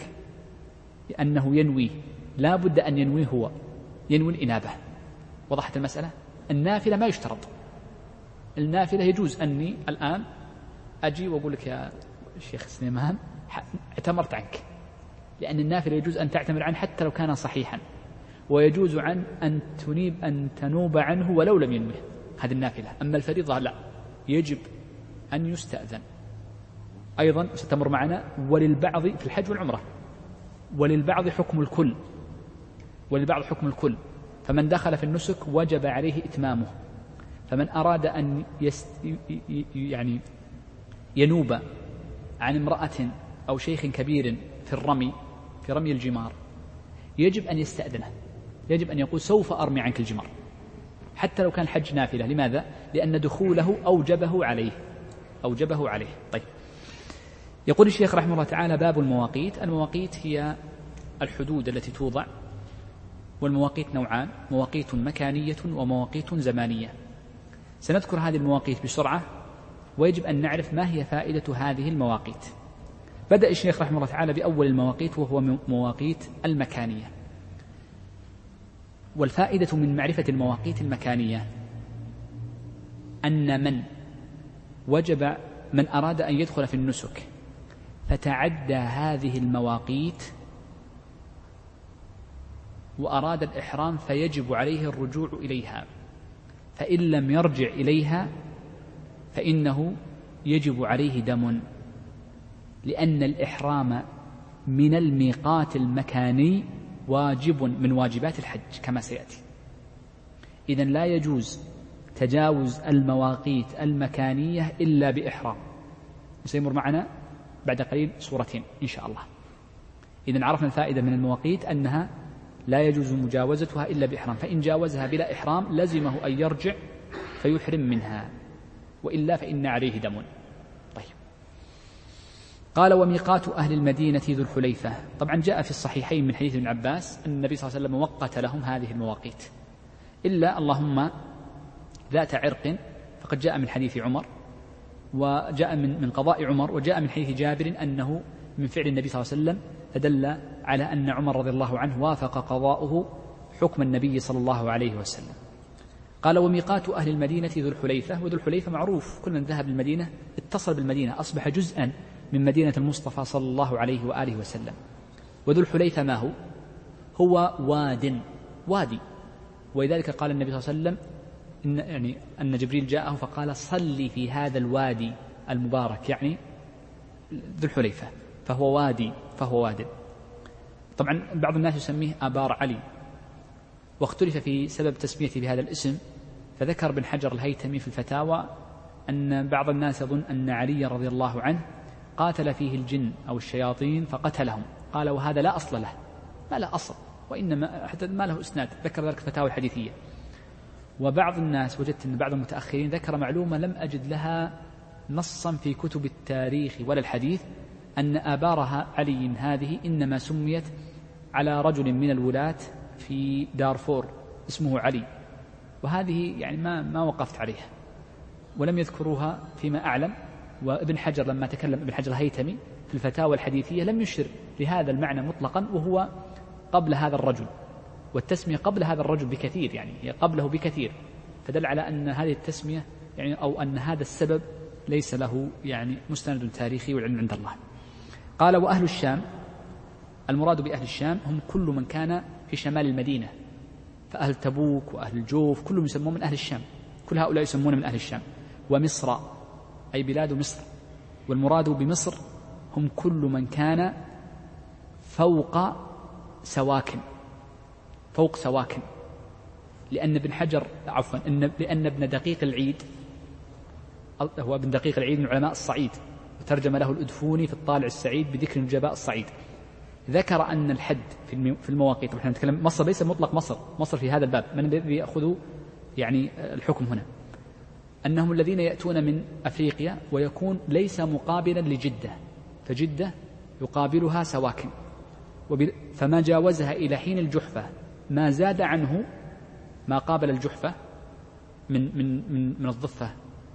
أنه ينوي، لا بد أن ينوي هو، ينوي الإنابة. وضحت المسألة؟ النافلة ما يشترط، النافلة يجوز أني الآن أجي وأقول لك يا شيخ سليمان اعتمرت عنك، لأن النافلة يجوز أن تعتمر عنه حتى لو كان صحيحا، ويجوز عن أن تنوب عنه ولو لم ينوه، هذه النافلة. أما الفريضة لا، يجب أن يستأذن. أيضا ستمر معنا وللبعض في الحج والعمرة، وللبعض حكم الكل، وللبعض حكم الكل، فمن دخل في النسك وجب عليه إتمامه. فمن أراد أن يعني ينوب عن امرأة أو شيخ كبير في رمي الجمار، يجب أن يستأذنه، يجب أن يقول سوف أرمي عنك الجمار حتى لو كان الحج نافلة. لماذا؟ لأن دخوله أوجبه عليه. طيب، يقول الشيخ رحمه الله تعالى: باب المواقيت. المواقيت هي الحدود التي توضع، والمواقيت نوعان: مواقيت مكانية ومواقيت زمانية. سنذكر هذه المواقيت بسرعة، ويجب أن نعرف ما هي فائدة هذه المواقيت. بدأ الشيخ رحمه الله تعالى بأول المواقيت، وهو مواقيت المكانية. والفائدة من معرفة المواقيت المكانية أن من أراد أن يدخل في النسك فتعدى هذه المواقيت وأراد الإحرام فيجب عليه الرجوع إليها، فإن لم يرجع إليها فإنه يجب عليه دم، لأن الإحرام من الميقات المكاني واجب من واجبات الحج كما سيأتي. إذن لا يجوز تجاوز المواقيت المكانية إلا بإحرام، وسيمر معنا بعد قليل صورتين إن شاء الله. إذن عرفنا الفائدة من المواقيت أنها لا يجوز مجاوزتها إلا بإحرام، فإن جاوزها بلا إحرام لزمه أن يرجع فيحرم منها، وإلا فإن عليه دم. طيب، قال: وميقات أهل المدينة ذو الحليفة. طبعا جاء في الصحيحين من حديث ابن عباس أن النبي صلى الله عليه وسلم وقت لهم هذه المواقيت، إلا اللهم ذات عرق، فقد جاء من حديث عمر، وجاء من قضاء عمر، وجاء من حديث جابر أنه من فعل النبي صلى الله عليه وسلم، فدل على أن عمر رضي الله عنه وافق قضاؤه حكم النبي صلى الله عليه وسلم. قال: وميقات أهل المدينة ذو الحليفة. وذو الحليفة معروف، كل من ذهب للمدينة اتصل بالمدينة، أصبح جزءا من مدينة المصطفى صلى الله عليه وآله وسلم. وذو الحليفة ما هو وادي، ولذلك قال النبي صلى الله عليه وسلم أن جبريل جاءه فقال: صلي في هذا الوادي المبارك، يعني ذو الحليفة، فهو واد. طبعا بعض الناس يسميه آبار علي، واختلف في سبب تسميته بهذا الاسم، فذكر ابن حجر الهيثمي في الفتاوى أن بعض الناس يظن أن علي رضي الله عنه قاتل فيه الجن أو الشياطين فقتلهم، قال وهذا لا أصل له، ما له أصل، وإنما حتى ما له إسناد، ذكر ذلك الفتاوى الحديثية. وبعض الناس وجدت أن بعض المتأخرين ذكر معلومة لم أجد لها نصا في كتب التاريخ ولا الحديث، أن آبارها علي هذه إنما سميت على رجل من الولاة في دارفور اسمه علي، وهذه يعني ما وقفت عليها ولم يذكروها فيما أعلم. وابن حجر لما تكلم ابن حجر الهيثمي في الفتاوى الحديثية لم يشر لهذا المعنى مطلقا، وهو قبل هذا الرجل، والتسمية قبل هذا الرجل بكثير، يعني هي قبله بكثير، فدل على أن هذه التسمية يعني أو أن هذا السبب ليس له يعني مستند تاريخي والعلم عند الله. قال وأهل الشام، المراد بأهل الشام هم كل من كان في شمال المدينة، فأهل تبوك وأهل الجوف كلهم يسمون من أهل الشام، كل هؤلاء يسمون من أهل الشام. ومصر أي بلاد مصر، والمراد بمصر هم كل من كان فوق سواكن، فوق سواكن، لأن ابن حجر لأن ابن دقيق العيد هو ابن دقيق العيد من علماء الصعيد، وترجم له الأدفوني في الطالع السعيد بذكر نجباء الصعيد، ذكر أن الحد في المواقيت، نحن نتكلم مصر ليس مطلق مصر في هذا الباب، من الذي يأخذ يعني الحكم هنا، أنهم الذين يأتون من أفريقيا ويكون ليس مقابلا لجدة، فجدة يقابلها سواكن، فما جاوزها إلى حين الجحفة ما زاد عنه ما قابل الجحفة من الضفة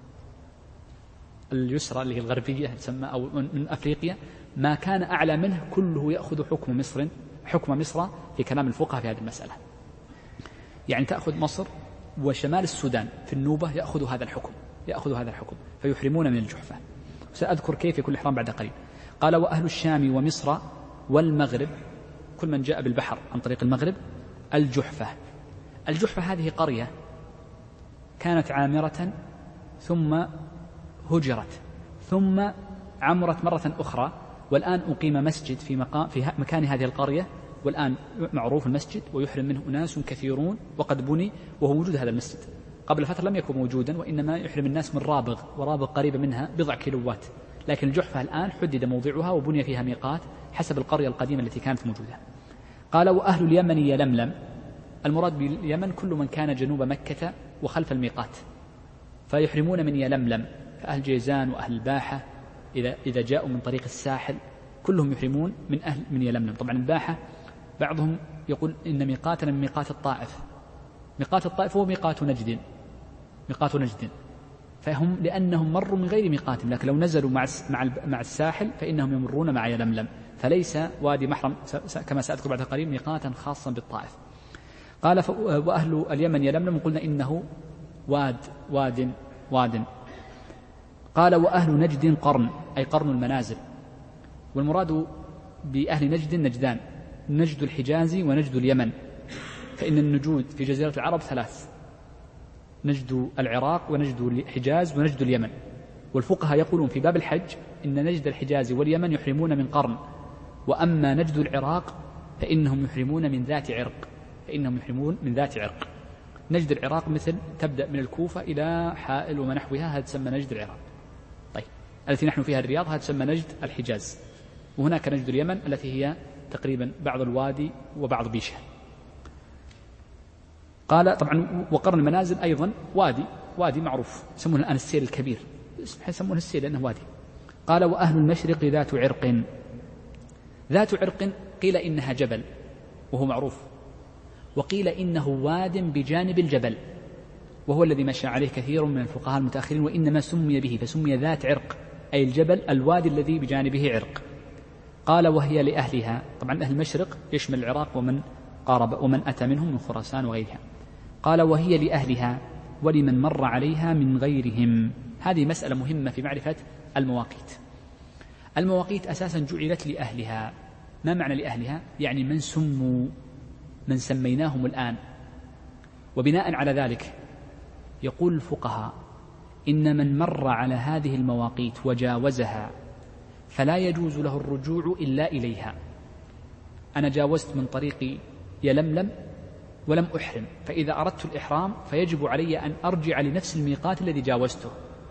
اليسرى اللي هي الغربية تسمى أو من أفريقيا، ما كان أعلى منه كله يأخذ حكم مصر في كلام الفقهاء في هذه المسألة. يعني تأخذ مصر وشمال السودان في النوبة يأخذ هذا الحكم فيحرمون من الجحفة، سأذكر كيف يكون الإحرام بعد قليل. قال وأهل الشام ومصر والمغرب، كل من جاء بالبحر عن طريق المغرب، الجحفة هذه قرية كانت عامرة ثم هجرت ثم عمرت مرة أخرى، والآن أقيم مسجد في مكان هذه القرية، والآن معروف المسجد ويحرم منه أناس كثيرون وقد بني، وهو موجود هذا المسجد، قبل فترة لم يكن موجودا، وإنما يحرم الناس من رابغ، ورابغ قريبة منها بضع كيلوات، لكن الجحفة الآن حدد موضعها وبني فيها ميقات حسب القرية القديمة التي كانت موجودة. قال وأهل اليمن يلملم، المراد باليمن كل من كان جنوب مكة وخلف الميقات فيحرمون من يلملم، فأهل جيزان وأهل الباحة إذا جاءوا من طريق الساحل كلهم يحرمون من يلملم. طبعا الباحة بعضهم يقول إن ميقاتنا من ميقات الطائف، ميقات الطائف هو ميقات نجد، فهم لأنهم مروا من غير ميقاتهم، لكن لو نزلوا مع الساحل فإنهم يمرون مع يلملم، فليس وادي محرم كما سأذكر بعد قليل ميقاتا خاصا بالطائف. قال وأهل اليمن يلملم، قلنا إنه واد. قال وأهل نجد قرن، أي قرن المنازل، والمراد بأهل نجد نجدان، نجد الحجاز ونجد اليمن، فإن النجود في جزيرة العرب 3، نجد العراق ونجد الحجاز ونجد اليمن، والفقهاء يقولون في باب الحج إن نجد الحجاز واليمن يحرمون من قرن، وأما نجد العراق فإنهم يحرمون من ذات عرق. نجد العراق مثل تبدأ من الكوفة إلى حائل وما نحوها، هذا تسمى نجد العراق. طيب التي نحن فيها الرياض هذا تسمى نجد الحجاز، وهناك نجد اليمن التي هي تقريبا بعض الوادي وبعض بيشه. قال طبعا وقرن المنازل أيضا وادي معروف يسمونه الآن السيل الكبير، يسمونه السيل لأنه وادي. قال وأهل المشرق ذات عرق، قيل إنها جبل وهو معروف، وقيل إنه واد بجانب الجبل، وهو الذي مشى عليه كثير من الفقهاء المتأخرين، وإنما سمي به فسمي ذات عرق، أي الجبل الوادي الذي بجانبه عرق. قال وهي لأهلها، طبعا أهل المشرق يشمل العراق ومن قارب ومن أتى منهم من خراسان وغيرها. قال وهي لأهلها ولمن مر عليها من غيرهم. هذه مسألة مهمة في معرفة المواقيت أساسا جعلت لأهلها. ما معنى لأهلها؟ يعني من سميناهم الآن، وبناء على ذلك يقول الفقهاء إن من مر على هذه المواقيت وجاوزها فلا يجوز له الرجوع إلا إليها، أنا جاوزت من طريق يلملم ولم أحرم، فإذا أردت الإحرام فيجب علي أن أرجع لنفس الميقات الذي جاوزته.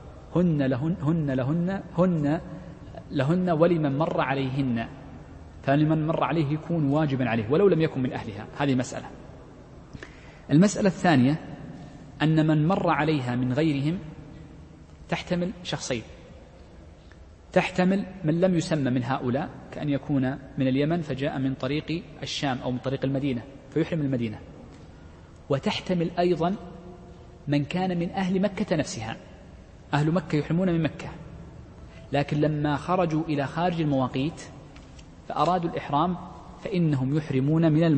هن لهن ولمن مر عليهن، فلمن مر عليه يكون واجبا عليه ولو لم يكن من أهلها. هذه مسألة. المسألة الثانية أن من مر عليها من غيرهم تحتمل شخصين، تحتمل من لم يسمى من هؤلاء كأن يكون من اليمن فجاء من طريق الشام أو من طريق المدينة فيحرم المدينة، وتحتمل أيضا من كان من أهل مكة نفسها. أهل مكة يحرمون من مكة، لكن لما خرجوا إلى خارج المواقيت فأرادوا الإحرام فإنهم يحرمون من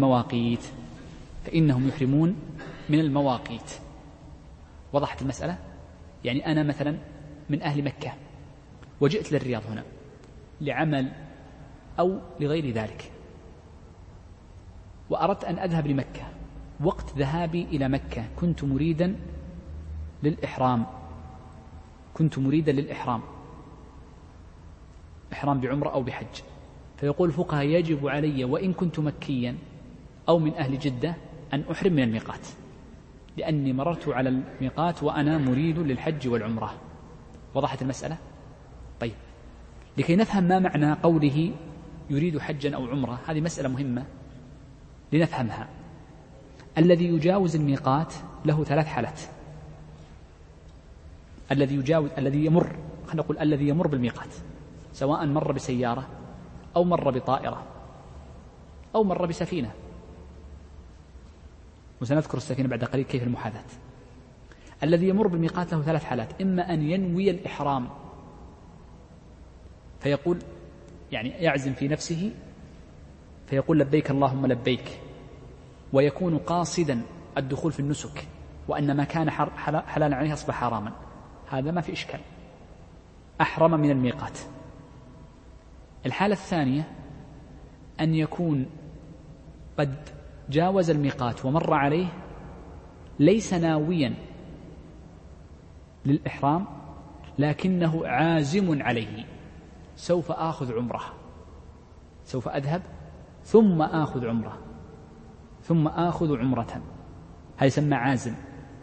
المواقيت. وضحت المسألة؟ يعني أنا مثلا من أهل مكة وجئت للرياض هنا لعمل أو لغير ذلك، وأردت أن أذهب لمكة. وقت ذهابي إلى مكة كنت مريدا للإحرام، إحرام بعمرة أو بحج. فيقول الفقهاء يجب علي وإن كنت مكيا أو من أهل جدة أن أحرم من الميقات، لأني مررت على الميقات وأنا مريد للحج والعمرة. وضحت المسألة؟ طيب، لكي نفهم ما معنى قوله يريد حجا أو عمرة، هذه مسألة مهمة لنفهمها. الذي يجاوز الميقات له 3 حالات. الذي يمر بالميقات، سواء مر بسيارة أو مر بطائرة أو مر بسفينة، وسنذكر السفينة بعد قليل كيف المحاذاة. الذي يمر بالميقات له 3 حالات: إما أن ينوي الإحرام فيقول يعني يعزم في نفسه فيقول لبيك اللهم لبيك، ويكون قاصدا الدخول في النسك، وأن ما كان حلالا عليه أصبح حراما، هذا ما في إشكال، أحرم من الميقات. الحالة الثانية أن يكون قد جاوز الميقات ومر عليه ليس ناويا للإحرام لكنه عازم عليه، سوف آخذ عمرة، سوف أذهب ثم آخذ عمرة ثم آخذ عمرة، هذا يسمى عازم.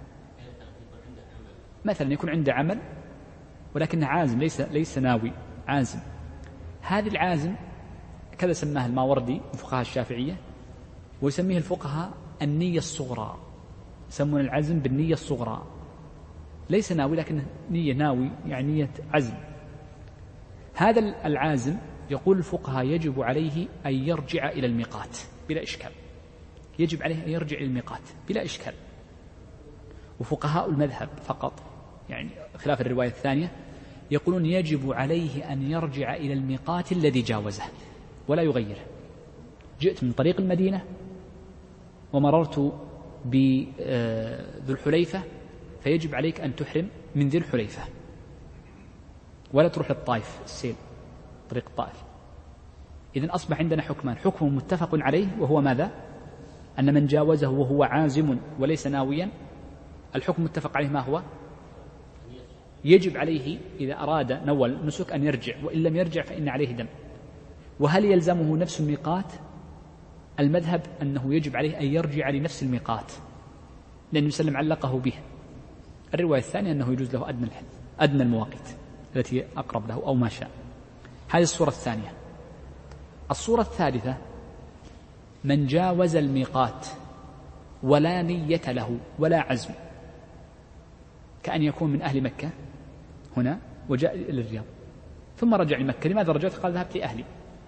مثلا يكون عنده عمل ولكنه عازم، ليس ناوي، عازم. هذه العازم كذا سماها الماوردي وفقهاء الشافعية، ويسميه الفقهاء النية الصغرى، يسمون العزم بالنية الصغرى، ليس ناوي لكن نية ناوي، يعني نية عزم. هذا العازم يقول الفقهاء يجب عليه أن يرجع إلى الميقات بلا إشكال، يجب عليه أن يرجع إلى الميقات بلا إشكال. وفقهاء المذهب فقط، يعني خلاف الرواية الثانية، يقولون يجب عليه أن يرجع إلى الميقات الذي جاوزه ولا يغيره. جئت من طريق المدينة ومررت بذو الحليفة فيجب عليك أن تحرم من ذي الحليفة ولا تروح للطائف، السيل طريق الطائف. إذن أصبح عندنا حكمان: حكم متفق عليه وهو ماذا؟ أن من جاوزه وهو عازم وليس ناويا، الحكم متفق عليه ما هو؟ يجب عليه إذا أراد نوى النسك أن يرجع، وإن لم يرجع فإن عليه دم. وهل يلزمه نفس الميقات؟ المذهب أنه يجب عليه أن يرجع لنفس الميقات، لأن يسلم علقه به. الرواية الثانية أنه يجوز له أدنى المواقيت التي أقرب له أو ما شاء. هذه الصورة الثانية. الصورة الثالثة: من جاوز الميقات ولا نية له ولا عزم، كأن يكون من أهل مكة هنا وجاء إلى الرياض ثم رجع لمكة. لماذا رجعت؟ قال ذهبت لأهلي.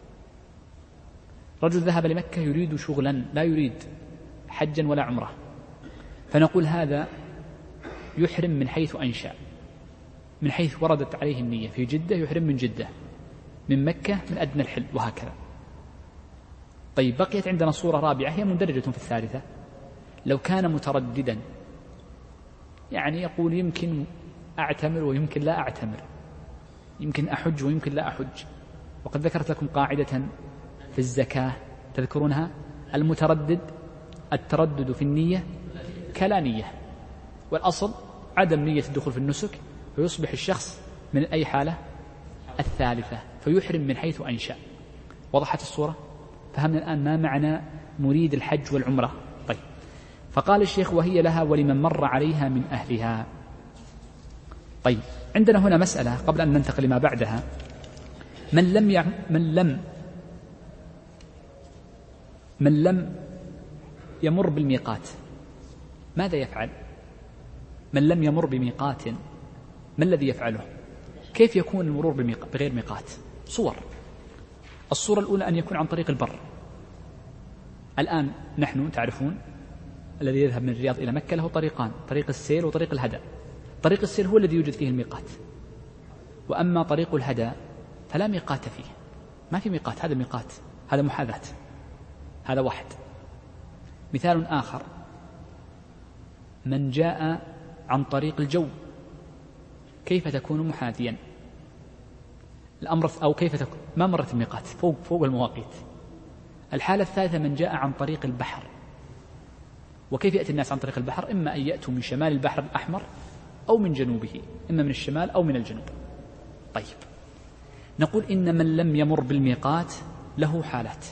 رجل ذهب لمكة يريد شغلا، لا يريد حجا ولا عمره، فنقول هذا يحرم من حيث أنشأ، من حيث وردت عليه النية. في جدة يحرم من جدة، من مكة من أدنى الحل، وهكذا. طيب، بقيت عندنا صورة رابعة هي مندرجة في الثالثة: لو كان مترددا، يعني يقول يمكن أعتمر ويمكن لا أعتمر، يمكن أحج ويمكن لا أحج. وقد ذكرت لكم قاعدة في الزكاة تذكرونها: المتردد التردد في النية كلا نية، والأصل عدم نية الدخول في النسك، فيصبح الشخص من أي حالة؟ الثالثة، فيحرم من حيث أنشأ. وضحت الصورة؟ فهمنا الآن ما معنى مريد الحج والعمرة. طيب، فقال الشيخ وهي لها ولمن مر عليها من أهلها. طيب، عندنا هنا مسألة قبل أن ننتقل لما بعدها. من لم يمر بالميقات ماذا يفعل؟ من لم يمر بميقات ما الذي يفعله؟ كيف يكون المرور بغير ميقات؟ صور. الصورة الأولى أن يكون عن طريق البر. الآن نحن تعرفون الذي يذهب من الرياض إلى مكة له طريقان، طريق السيل وطريق الهدى. طريق السيل هو الذي يوجد فيه الميقات، وأما طريق الهدى فلا ميقات فيه، ما في ميقات. هذا ميقات، هذا محاذاة، هذا واحد. مثال آخر، من جاء عن طريق الجو كيف تكون محاذيا؟ الأمر أو كيف تكون ما مرت الميقات فوق المواقيت. الحالة الثالثة من جاء عن طريق البحر. وكيف يأتي الناس عن طريق البحر؟ إما أن يأتوا من شمال البحر الأحمر أو من جنوبه، إما من الشمال أو من الجنوب. طيب، نقول إن من لم يمر بالميقات له حالات.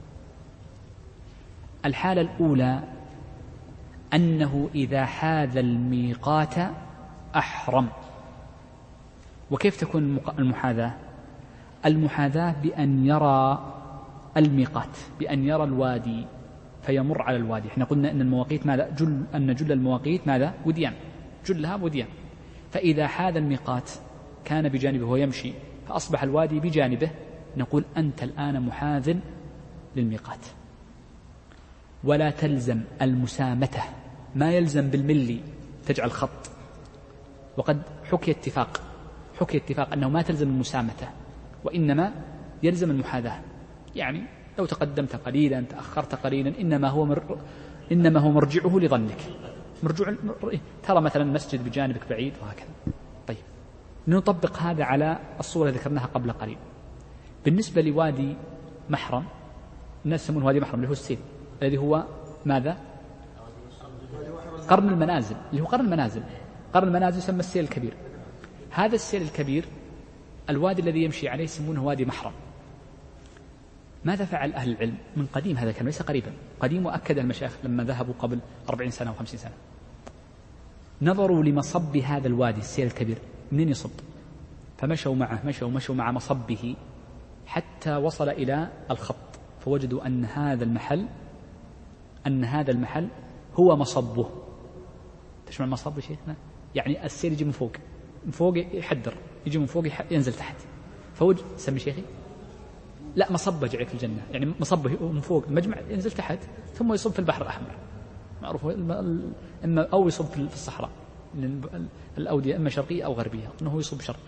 الحالة الأولى أنه إذا حاذ الميقات أحرم. وكيف تكون المحاذاة؟ المحاذاة بأن يرى الميقات، بأن يرى الوادي فيمر على الوادي. احنا قلنا أن المواقيت ماذا؟ جل المواقيت ماذا؟ وديان، جلها وديان. فإذا حاذ الميقات كان بجانبه ويمشي فأصبح الوادي بجانبه، نقول أنت الآن محاذ للميقات. ولا تلزم المسامته، ما يلزم بالملي تجعل خط. وقد حكي اتفاق أنه ما تلزم المسامته، وإنما يلزم المحاذاة. يعني لو تقدمت قليلا تأخرت قليلا إنما هو مرجعه لظنك. ترى مثلا مسجد بجانبك بعيد وهكذا. طيب، نطبق هذا على الصورة ذكرناها قبل قليل. بالنسبة لوادي محرم، الناس يسمونه وادي محرم اللي هو السيل، الذي هو ماذا؟ قرن المنازل، اللي هو قرن المنازل يسمى السيل الكبير. هذا السيل الكبير الوادي الذي يمشي عليه يسمونه وادي محرم. ماذا فعل أهل العلم من قديم؟ هذا كان ليس قريبا، قديم، وأكد المشايخ لما ذهبوا قبل 40 سنة و50 سنة. نظروا لمصب هذا الوادي السيل الكبير منين يصب، فمشوا معه مشوا مع مصبه حتى وصل إلى الخط، فوجدوا أن هذا المحل هو مصبه. تشمع المصب شيخنا؟ يعني السيل يجي من فوق يحدر، يجي من فوق ينزل تحت. سمي شيخي؟ لا، مصبه جعل في الجنة، يعني مصبه من فوق المجمع ينزل تحت ثم يصب في البحر الأحمر، معروف، إما أو يصب في الصحراء، الأودية إما شرقية أو غربية، أنه يصب شرق.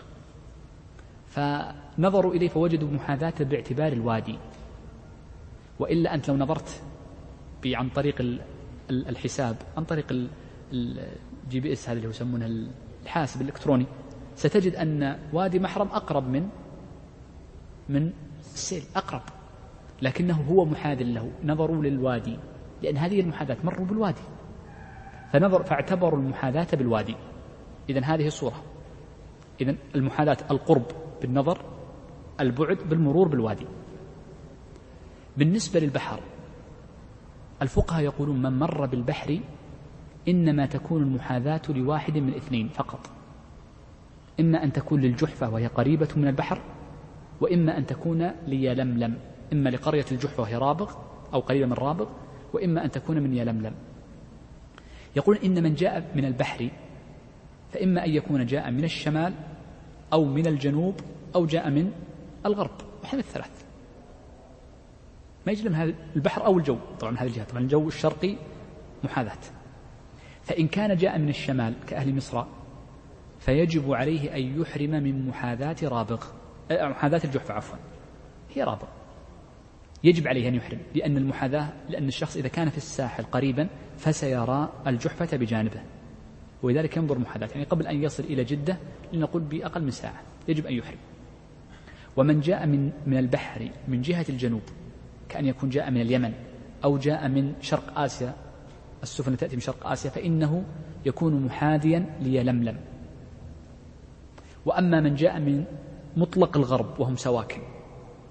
فنظروا إليه فوجدوا محاذاته باعتبار الوادي. وإلا أنت لو نظرت عن طريق الحساب، عن طريق الGPS هذا اللي يسمونه الحاسب الإلكتروني، ستجد أن وادي محرم أقرب من السيل، أقرب، لكنه هو محاذ له. نظروا للوادي لأن هذه المحاذاة مروا بالوادي، فاعتبروا المحاذاة بالوادي. إذن هذه الصورة. إذن المحاذاة القرب بالنظر، البعد بالمرور بالوادي. بالنسبة للبحر، الفقهاء يقولون من مر بالبحر إنما تكون المحاذاة لواحد من اثنين فقط، إما أن تكون للجحفة وهي قريبة من البحر، وإما أن تكون ليلملم، إما لقرية الجحفة وهي رابغ أو قريبة من رابغ، وإما أن تكون من يلملم. يقول إن من جاء من البحر فإما أن يكون جاء من الشمال أو من الجنوب أو جاء من الغرب، وحين الثلاث ما يجي من البحر أو الجو. طبعا هذه الجهة، طبعا الجو الشرقي محاذاة. فإن كان جاء من الشمال كأهل مصر فيجب عليه أن يحرم من محاذاة الجحفة، عفوا هي رابغ، يجب عليه أن يحرم، لأن الشخص إذا كان في الساحل قريبا فسيرى الجحفة بجانبه، ولذلك ينظر محاذاة، يعني قبل أن يصل إلى جدة لنقول بأقل من ساعة يجب أن يحرم. ومن جاء من البحر من جهة الجنوب كأن يكون جاء من اليمن أو جاء من شرق آسيا، السفن تأتي من شرق آسيا، فإنه يكون محاذيا ليلملم. وأما من جاء من مطلق الغرب وهم سواكن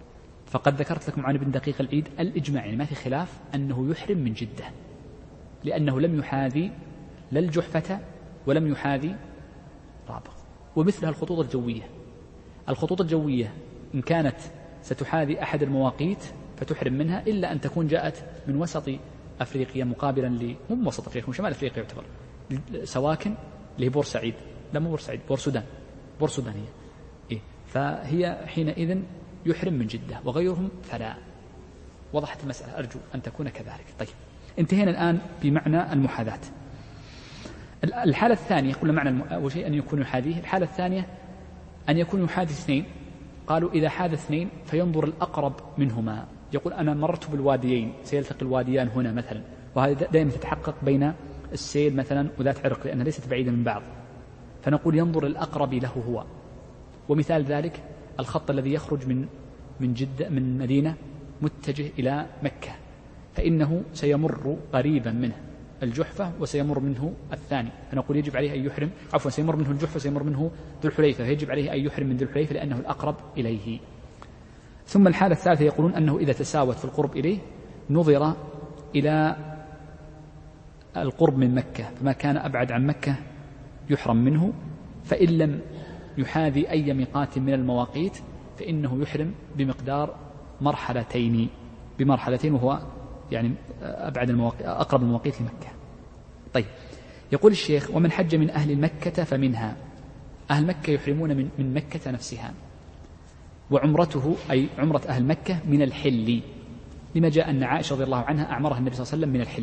فقد ذكرت لكم عن ابن دقيق العيد الإجماع، يعني ما في خلاف أنه يحرم من جدة، لأنه لم يحاذي لا الجحفة ولم يحاذي رابغ. ومثلها الخطوط الجوية، الخطوط الجوية إن كانت ستحاذي أحد المواقيت فتحرم منها، إلا أن تكون جاءت من وسط أفريقيا مقابلا مو من وسط أفريقيا، من شمال أفريقيا يعتبر سواكن اللي هي بورسعيد، لا مو بورسعيد، بورسودان هي إيه، فهي حينئذ يحرم من جدة، وغيرهم فلا. وضحت المسألة، أرجو أن تكون كذلك. طيب، انتهينا الآن بمعنى المحاذاة. الحالة الثانية قلنا معنى أول شيء أن يكون يحاذيه. الحالة الثانية أن يكون يحاذي اثنين. قالوا إذا حاذ اثنين فينظر الأقرب منهما. يقول أنا مررت بالواديين، سيلتقي الواديان هنا مثلا، وهذا دائما تتحقق بين السيل مثلا وذات عرق لأنها ليست بعيدة من بعض، فنقول ينظر الأقرب له هو. ومثال ذلك الخط الذي يخرج من جدة من مدينة متجه إلى مكة، فإنه سيمر قريبا منه الجحفة وسيمر منه الثاني، فنقول يجب عليه أن يحرم، عفوا سيمر منه الجحفة وسيمر منه ذو الحليفة، فيجب عليه أن يحرم من ذو الحليفة لأنه الأقرب إليه. ثم الحالة الثالثة يقولون أنه إذا تساوت في القرب إليه نظر إلى القرب من مكة، فما كان أبعد عن مكة يحرم منه، فإن لم يحاذي أي ميقات من المواقيت فإنه يحرم بمقدار مرحلتين، وهو يعني أقرب المواقيت لمكة. طيب، يقول الشيخ ومن حج من أهل مكة فمنها، أهل مكة يحرمون من مكة نفسها، وعمرته أي عمرة أهل مكة من الحل، لما جاء أن عائشة رضي الله عنها أعمرها النبي صلى الله عليه وسلم من الحل.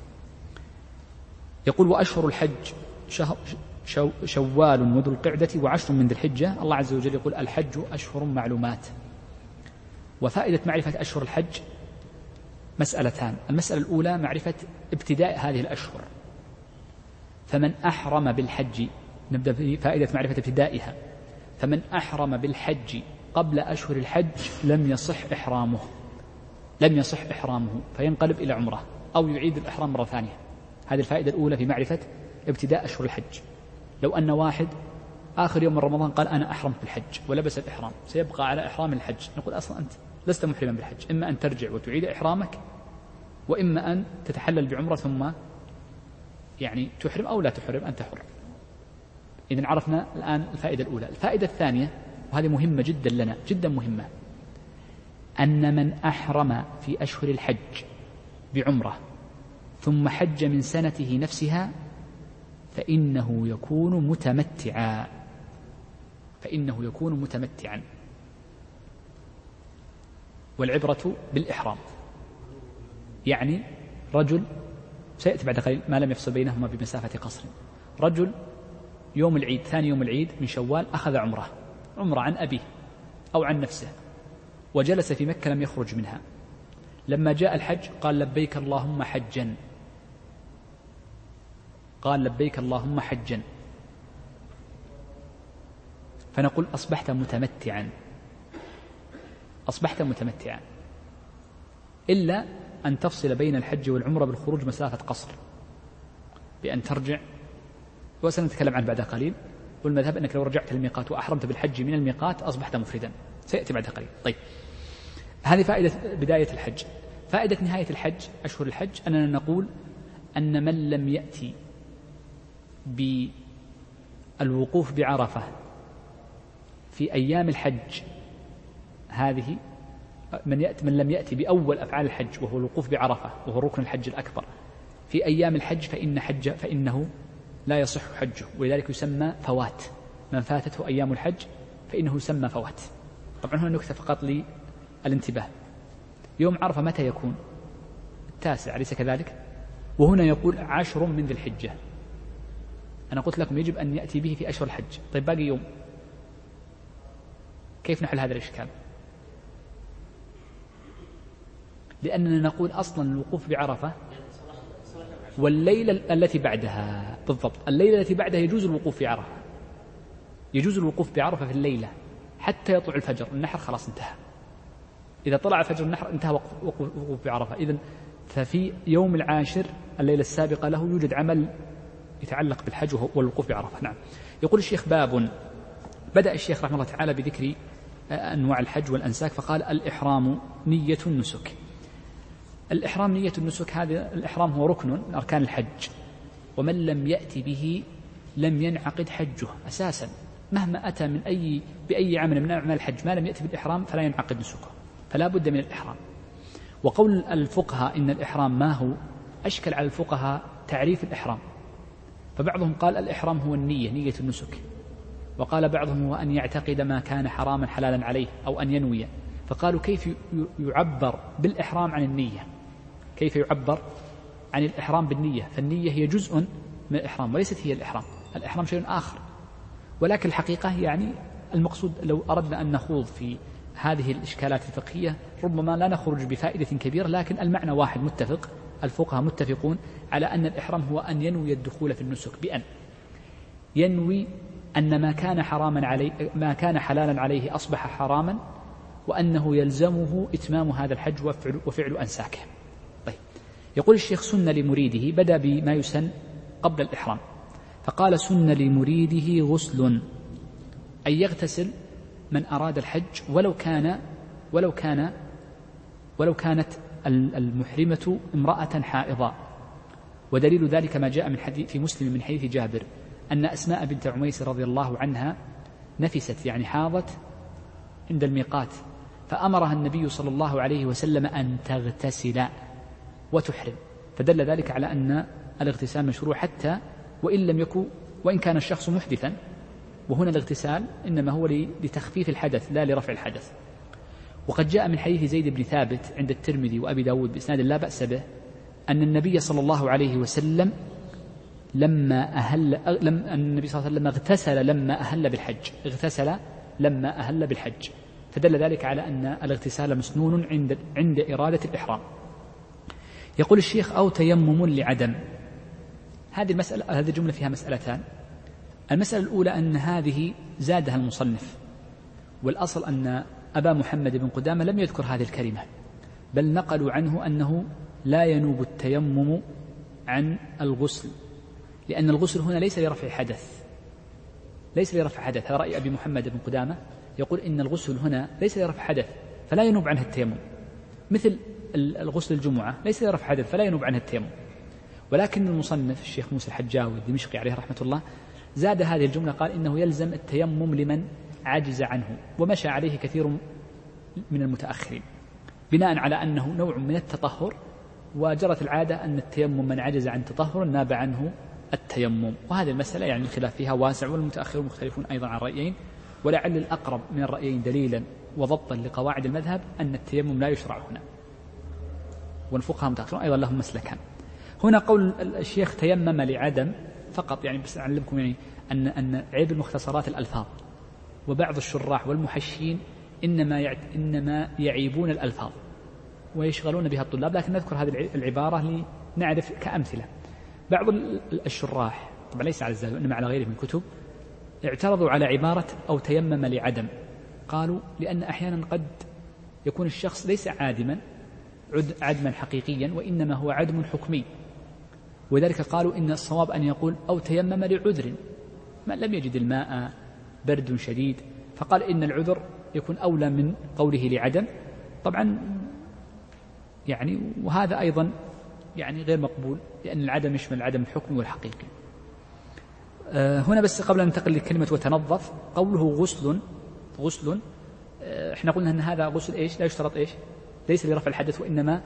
يقول وأشهر الحج شوال وذو القعدة وعشر من ذي الحجة. الله عز وجل يقول الحج أشهر معلومات. وفائدة معرفة أشهر الحج مسألتان. المسألة الأولى معرفة ابتداء هذه الأشهر، فمن أحرم بالحج، نبدأ بفائدة معرفة ابتدائها، فمن أحرم بالحج قبل أشهر الحج لم يصح إحرامه فينقلب إلى عمره أو يعيد الإحرام مرة ثانية. هذه الفائدة الأولى في معرفة ابتداء أشهر الحج. لو أن واحد آخر يوم من رمضان قال أنا أحرمت بالحج ولبس الإحرام، سيبقى على إحرام الحج، نقول أصلا أنت لست محرما بالحج، إما أن ترجع وتعيد إحرامك، وإما أن تتحلل بعمرة ثم يعني تحرم أو لا تحرم، أنت حر. إذن عرفنا الآن الفائدة الأولى. الفائدة الثانية وهذه مهمة جدا لنا، جدا مهمة، أن من أحرم في أشهر الحج بعمرة ثم حج من سنته نفسها فإنه يكون متمتعا، والعبرة بالإحرام. يعني رجل سيأتي بعد قليل ما لم يفصل بينهما بمسافة قصر، رجل يوم العيد ثاني يوم العيد من شوال أخذ عمرة عن أبيه أو عن نفسه، وجلس في مكة لم يخرج منها، لما جاء الحج قال لبيك اللهم حجا، فنقول أصبحت متمتعا، إلا أن تفصل بين الحج والعمرة بالخروج مسافة قصر بأن ترجع، وسنتكلم عنه بعد قليل. والمذهب أنك لو رجعت الميقات وأحرمت بالحج من الميقات أصبحت مفردا، سيأتي بعد قليل. طيب، هذه فائدة بداية الحج. فائدة نهاية الحج أشهر الحج أننا نقول أن من لم يأتي بالوقوف بعرفة في أيام الحج هذه، من لم يأتي بأول أفعال الحج وهو الوقوف بعرفة وهو ركن الحج الأكبر في أيام الحج فإنه لا يصح حجه، ولذلك يسمى فوات. من فاتته أيام الحج فإنه يسمى فوات. طبعا هنا نكتة فقط للانتباه، يوم عرفة متى يكون؟ 9، أليس كذلك؟ وهنا يقول 10 من ذي الحجة. أنا قلت لكم يجب أن يأتي به في أشهر الحج. طيب باقي يوم، كيف نحل هذا الإشكال؟ لأننا نقول أصلا الوقوف بعرفة والليلة التي بعدها، بالضبط الليلة التي بعدها يجوز الوقوف في عرفة، يجوز الوقوف بعرفة في الليلة حتى يطلع الفجر، النحر خلاص انتهى، إذا طلع فجر النحر انتهى وقوف بعرفة. إذن ففي يوم العاشر الليلة السابقة له يوجد عمل يتعلق بالحج والوقوف بعرفة. نعم. يقول الشيخ باب، بدأ الشيخ رحمه الله تعالى بذكر أنواع الحج والأنساك، فقال الإحرام نية النسك. الإحرام نية النسك، هذا الإحرام هو ركن من أركان الحج، ومن لم يأتي به لم ينعقد حجه أساسا، مهما أتى بأي عمل من أعمال الحج ما لم يأتي بالإحرام فلا ينعقد نسكه، فلا بد من الإحرام. وقول الفقهاء إن الإحرام ما هو، أشكل على الفقهاء تعريف الإحرام، فبعضهم قال الإحرام هو النية، نية النسك، وقال بعضهم هو أن يعتقد ما كان حراما حلالا عليه أو أن ينوي، فقالوا كيف يعبر بالإحرام عن النية، كيف يعبر عن الإحرام بالنية، فالنية هي جزء من الإحرام وليست هي الإحرام، الإحرام شيء آخر. ولكن الحقيقة يعني المقصود لو أردنا أن نخوض في هذه الإشكالات الفقهية ربما لا نخرج بفائدة كبيرة، لكن المعنى واحد متفق، الفقهاء متفقون على أن الإحرام هو أن ينوي الدخول في النسك، بأن ينوي أن ما كان حلالا عليه أصبح حراما، وأنه يلزمه إتمام هذا الحج وفعل أنساكه. طيب، يقول الشيخ سن لمريده، بدأ بما يسن قبل الإحرام، فقال سن لمريده غسل، أن يغتسل من أراد الحج ولو كانت المحرمة امرأة حائضة. ودليل ذلك ما جاء في مسلم من حديث جابر أن أسماء بنت عميس رضي الله عنها نفست، يعني حاضت عند الميقات، فأمرها النبي صلى الله عليه وسلم أن تغتسل وتحرم، فدل ذلك على أن الاغتسال مشروع حتى وإن كان الشخص محدثا، وهنا الاغتسال إنما هو لتخفيف الحدث لا لرفع الحدث. وقد جاء من حديث زيد بن ثابت عند الترمذي وأبي داود بإسناد لا بأس به أن النبي صلى الله عليه وسلم النبي صلى الله عليه وسلم اغتسل لما أهل بالحج، فدل ذلك على أن الاغتسال مسنون عند إرادة الإحرام. يقول الشيخ أو تيمم لعدم. هذه الجملة فيها مسألتان. المسألة الأولى أن هذه زادها المصنف، والأصل أن أبا محمد بن قدامة لم يذكر هذه الكلمة، بل نقلوا عنه أنه لا ينوب التيمم عن الغسل، لأن الغسل هنا ليس لرفع حدث، هذا رأي أبي محمد بن قدامة، يقول إن الغسل هنا ليس لرفع حدث فلا ينوب عنه التيمم، مثل الغسل الجمعة ليس لرفع حدث فلا ينوب عنه التيمم. ولكن المصنف الشيخ موسى الحجاوي الدمشقي عليه رحمة الله زاد هذه الجملة، قال إنه يلزم التيمم لمن عجز عنه، ومشى عليه كثير من المتأخرين بناء على أنه نوع من التطهر، وجرت العادة أن التيمم من عجز عن تطهر ناب عنه التيمم. وهذه المسألة يعني الخلاف فيها واسع، والمتأخرون مختلفون أيضا عن رأيين، ولعل الأقرب من الرأيين دليلا وضبطا لقواعد المذهب أن التيمم لا يشرع هنا، والفقهاء المتأخرون أيضا لهم مسلكان. هنا قول الشيخ تيمم لعدم فقط، يعني بس أعلمكم يعني أن عيب المختصرات الألفاظ، وبعض الشراح والمحشين إنما يعيبون الألفاظ ويشغلون بها الطلاب، لكن نذكر هذه العبارة لنعرف كأمثلة. بعض الشراح طبعا ليس على الزاد وإنما على غيره من الكتب اعترضوا على عبارة أو تيمم لعدم، قالوا لأن أحيانا قد يكون الشخص ليس عدما حقيقيا، وإنما هو عدم حكمي، وذلك قالوا إن الصواب أن يقول أو تيمم لعذر، من لم يجد الماء، برد شديد، فقال إن العذر يكون أولى من قوله لعدم. طبعا يعني وهذا أيضا يعني غير مقبول، لأن العدم يشمل العدم الحكمي والحقيقي. هنا بس قبل أن ننتقل لكلمة وتنظف، قوله غسل احنا قلنا أن هذا غسل إيش؟ لا يشترط إيش؟ ليس لرفع الحدث وإنما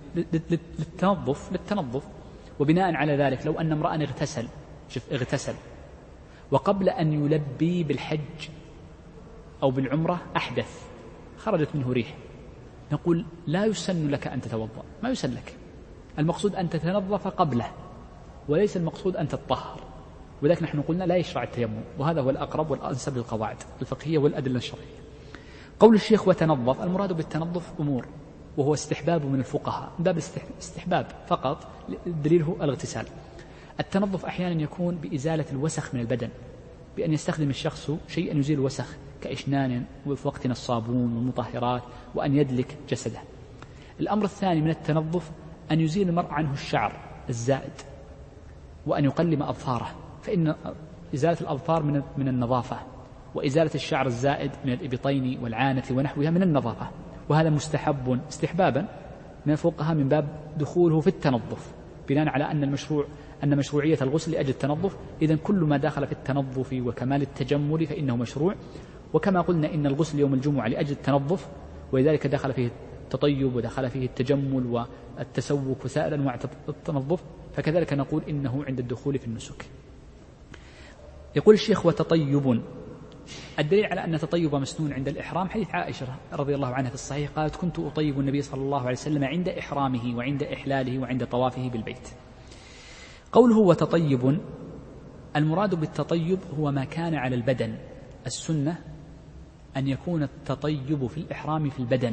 للتنظف. وبناء على ذلك لو أن امرأ اغتسل وقبل أن يلبي بالحج أو بالعمرة أحدث، خرجت منه ريح، نقول لا يسن لك أن تتوضأ، ما يسن لك، المقصود أن تتنظف قبله، وليس المقصود أن تطهر. ولكن نحن قلنا لا يشرع التيمم، وهذا هو الأقرب والأنسب للقواعد الفقهية والأدلة الشرعية. قول الشيخ وتنظف، المراد بالتنظف أمور، وهو استحباب من الفقهاء، من باب استحباب فقط، دليله الاغتسال. التنظف أحيانا يكون بإزالة الوسخ من البدن، بأن يستخدم الشخص شيئا يزيل الوسخ كإشنان، وفي وقتنا الصابون والمطهرات، وأن يدلك جسده. الأمر الثاني من التنظف أن يزيل المرء عنه الشعر الزائد، وأن يقلم أظفاره، فإن إزالة الأظفار من النظافة، وإزالة الشعر الزائد من الإبطين والعانة ونحوها من النظافة، وهذا مستحب استحبابا من الفقهاء من باب دخوله في التنظف، بناء على أن مشروعية الغسل لأجل التنظف. إذن كل ما دخل في التنظف وكمال التجمل فإنه مشروع. وكما قلنا إن الغسل يوم الجمعة لأجل التنظف، ولذلك دخل فيه التطيب ودخل فيه التجمل والتسوك وسائر أنواع التنظف، فكذلك نقول إنه عند الدخول في النسك. يقول الشيخ: وتطيب. الدليل على أن تطيب مسنون عند الإحرام حديث عائشة رضي الله عنها في الصحيح قالت: كنت أطيب النبي صلى الله عليه وسلم عند إحرامه وعند إحلاله وعند طوافه بالبيت. قوله وتطيب، المراد بالتطيب هو ما كان على البدن. السنة أن يكون التطيب في الإحرام في البدن،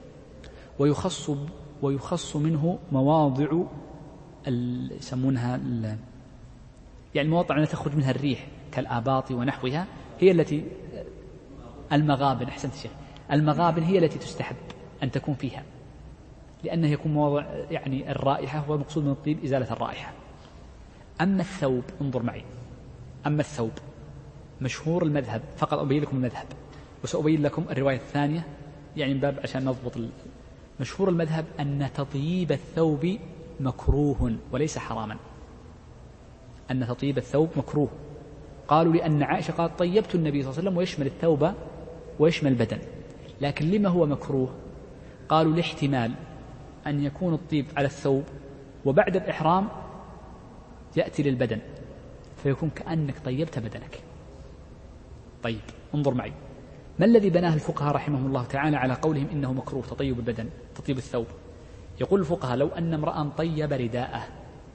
ويخص منه مواضع يسمونها يعني المواضع التي تخرج منها الريح كالآباط ونحوها، هي التي المغابن. أحسنت شيخ، المغابن هي التي تستحب أن تكون فيها، لأنه يكون مواضع يعني الرائحة، هو المقصود من الطيب إزالة الرائحة. أما الثوب، انظر معي، أما الثوب مشهور المذهب، فقط أبين لكم المذهب وسأبين لكم الرواية الثانية يعني من باب عشان نضبط. مشهور المذهب أن تطيب الثوب مكروه وليس حراما، أن تطيب الثوب مكروه. قالوا لأن عائشة قالت: طيبت النبي صلى الله عليه وسلم، ويشمل الثوب ويشمل البدن. لكن لما هو مكروه؟ قالوا لاحتمال أن يكون الطيب على الثوب وبعد الإحرام يأتي للبدن، فيكون كأنك طيبت بدنك. طيب انظر معي، ما الذي بناه الفقهاء رحمهم الله تعالى على قولهم إنه مكروه تطيب البدن، تطيب الثوب؟ يقول الفقهاء: لو أن امرأ طيب رداءه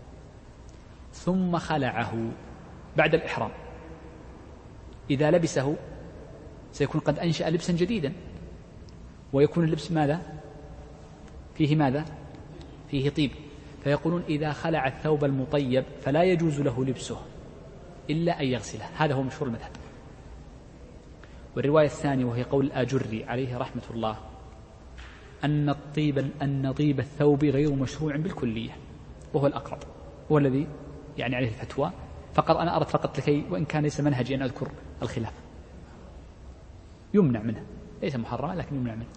ثم خلعه بعد الإحرام، إذا لبسه سيكون قد أنشأ لبسا جديدا، ويكون اللبس ماذا؟ فيه ماذا؟ فيه طيب. فيقولون: إذا خلع الثوب المطيب فلا يجوز له لبسه إلا أن يغسله. هذا هو مشهور المذهب. والرواية الثانية وهي قول الآجري عليه رحمة الله أن طيب الثوب غير مشروع بالكلية، وهو الأقرب، هو الذي يعني عليه الفتوى. فقط أنا أردت فقط لكي، وإن كان ليس منهجي أن أذكر الخلاف، يمنع منه، ليس محرما لكن يمنع منه.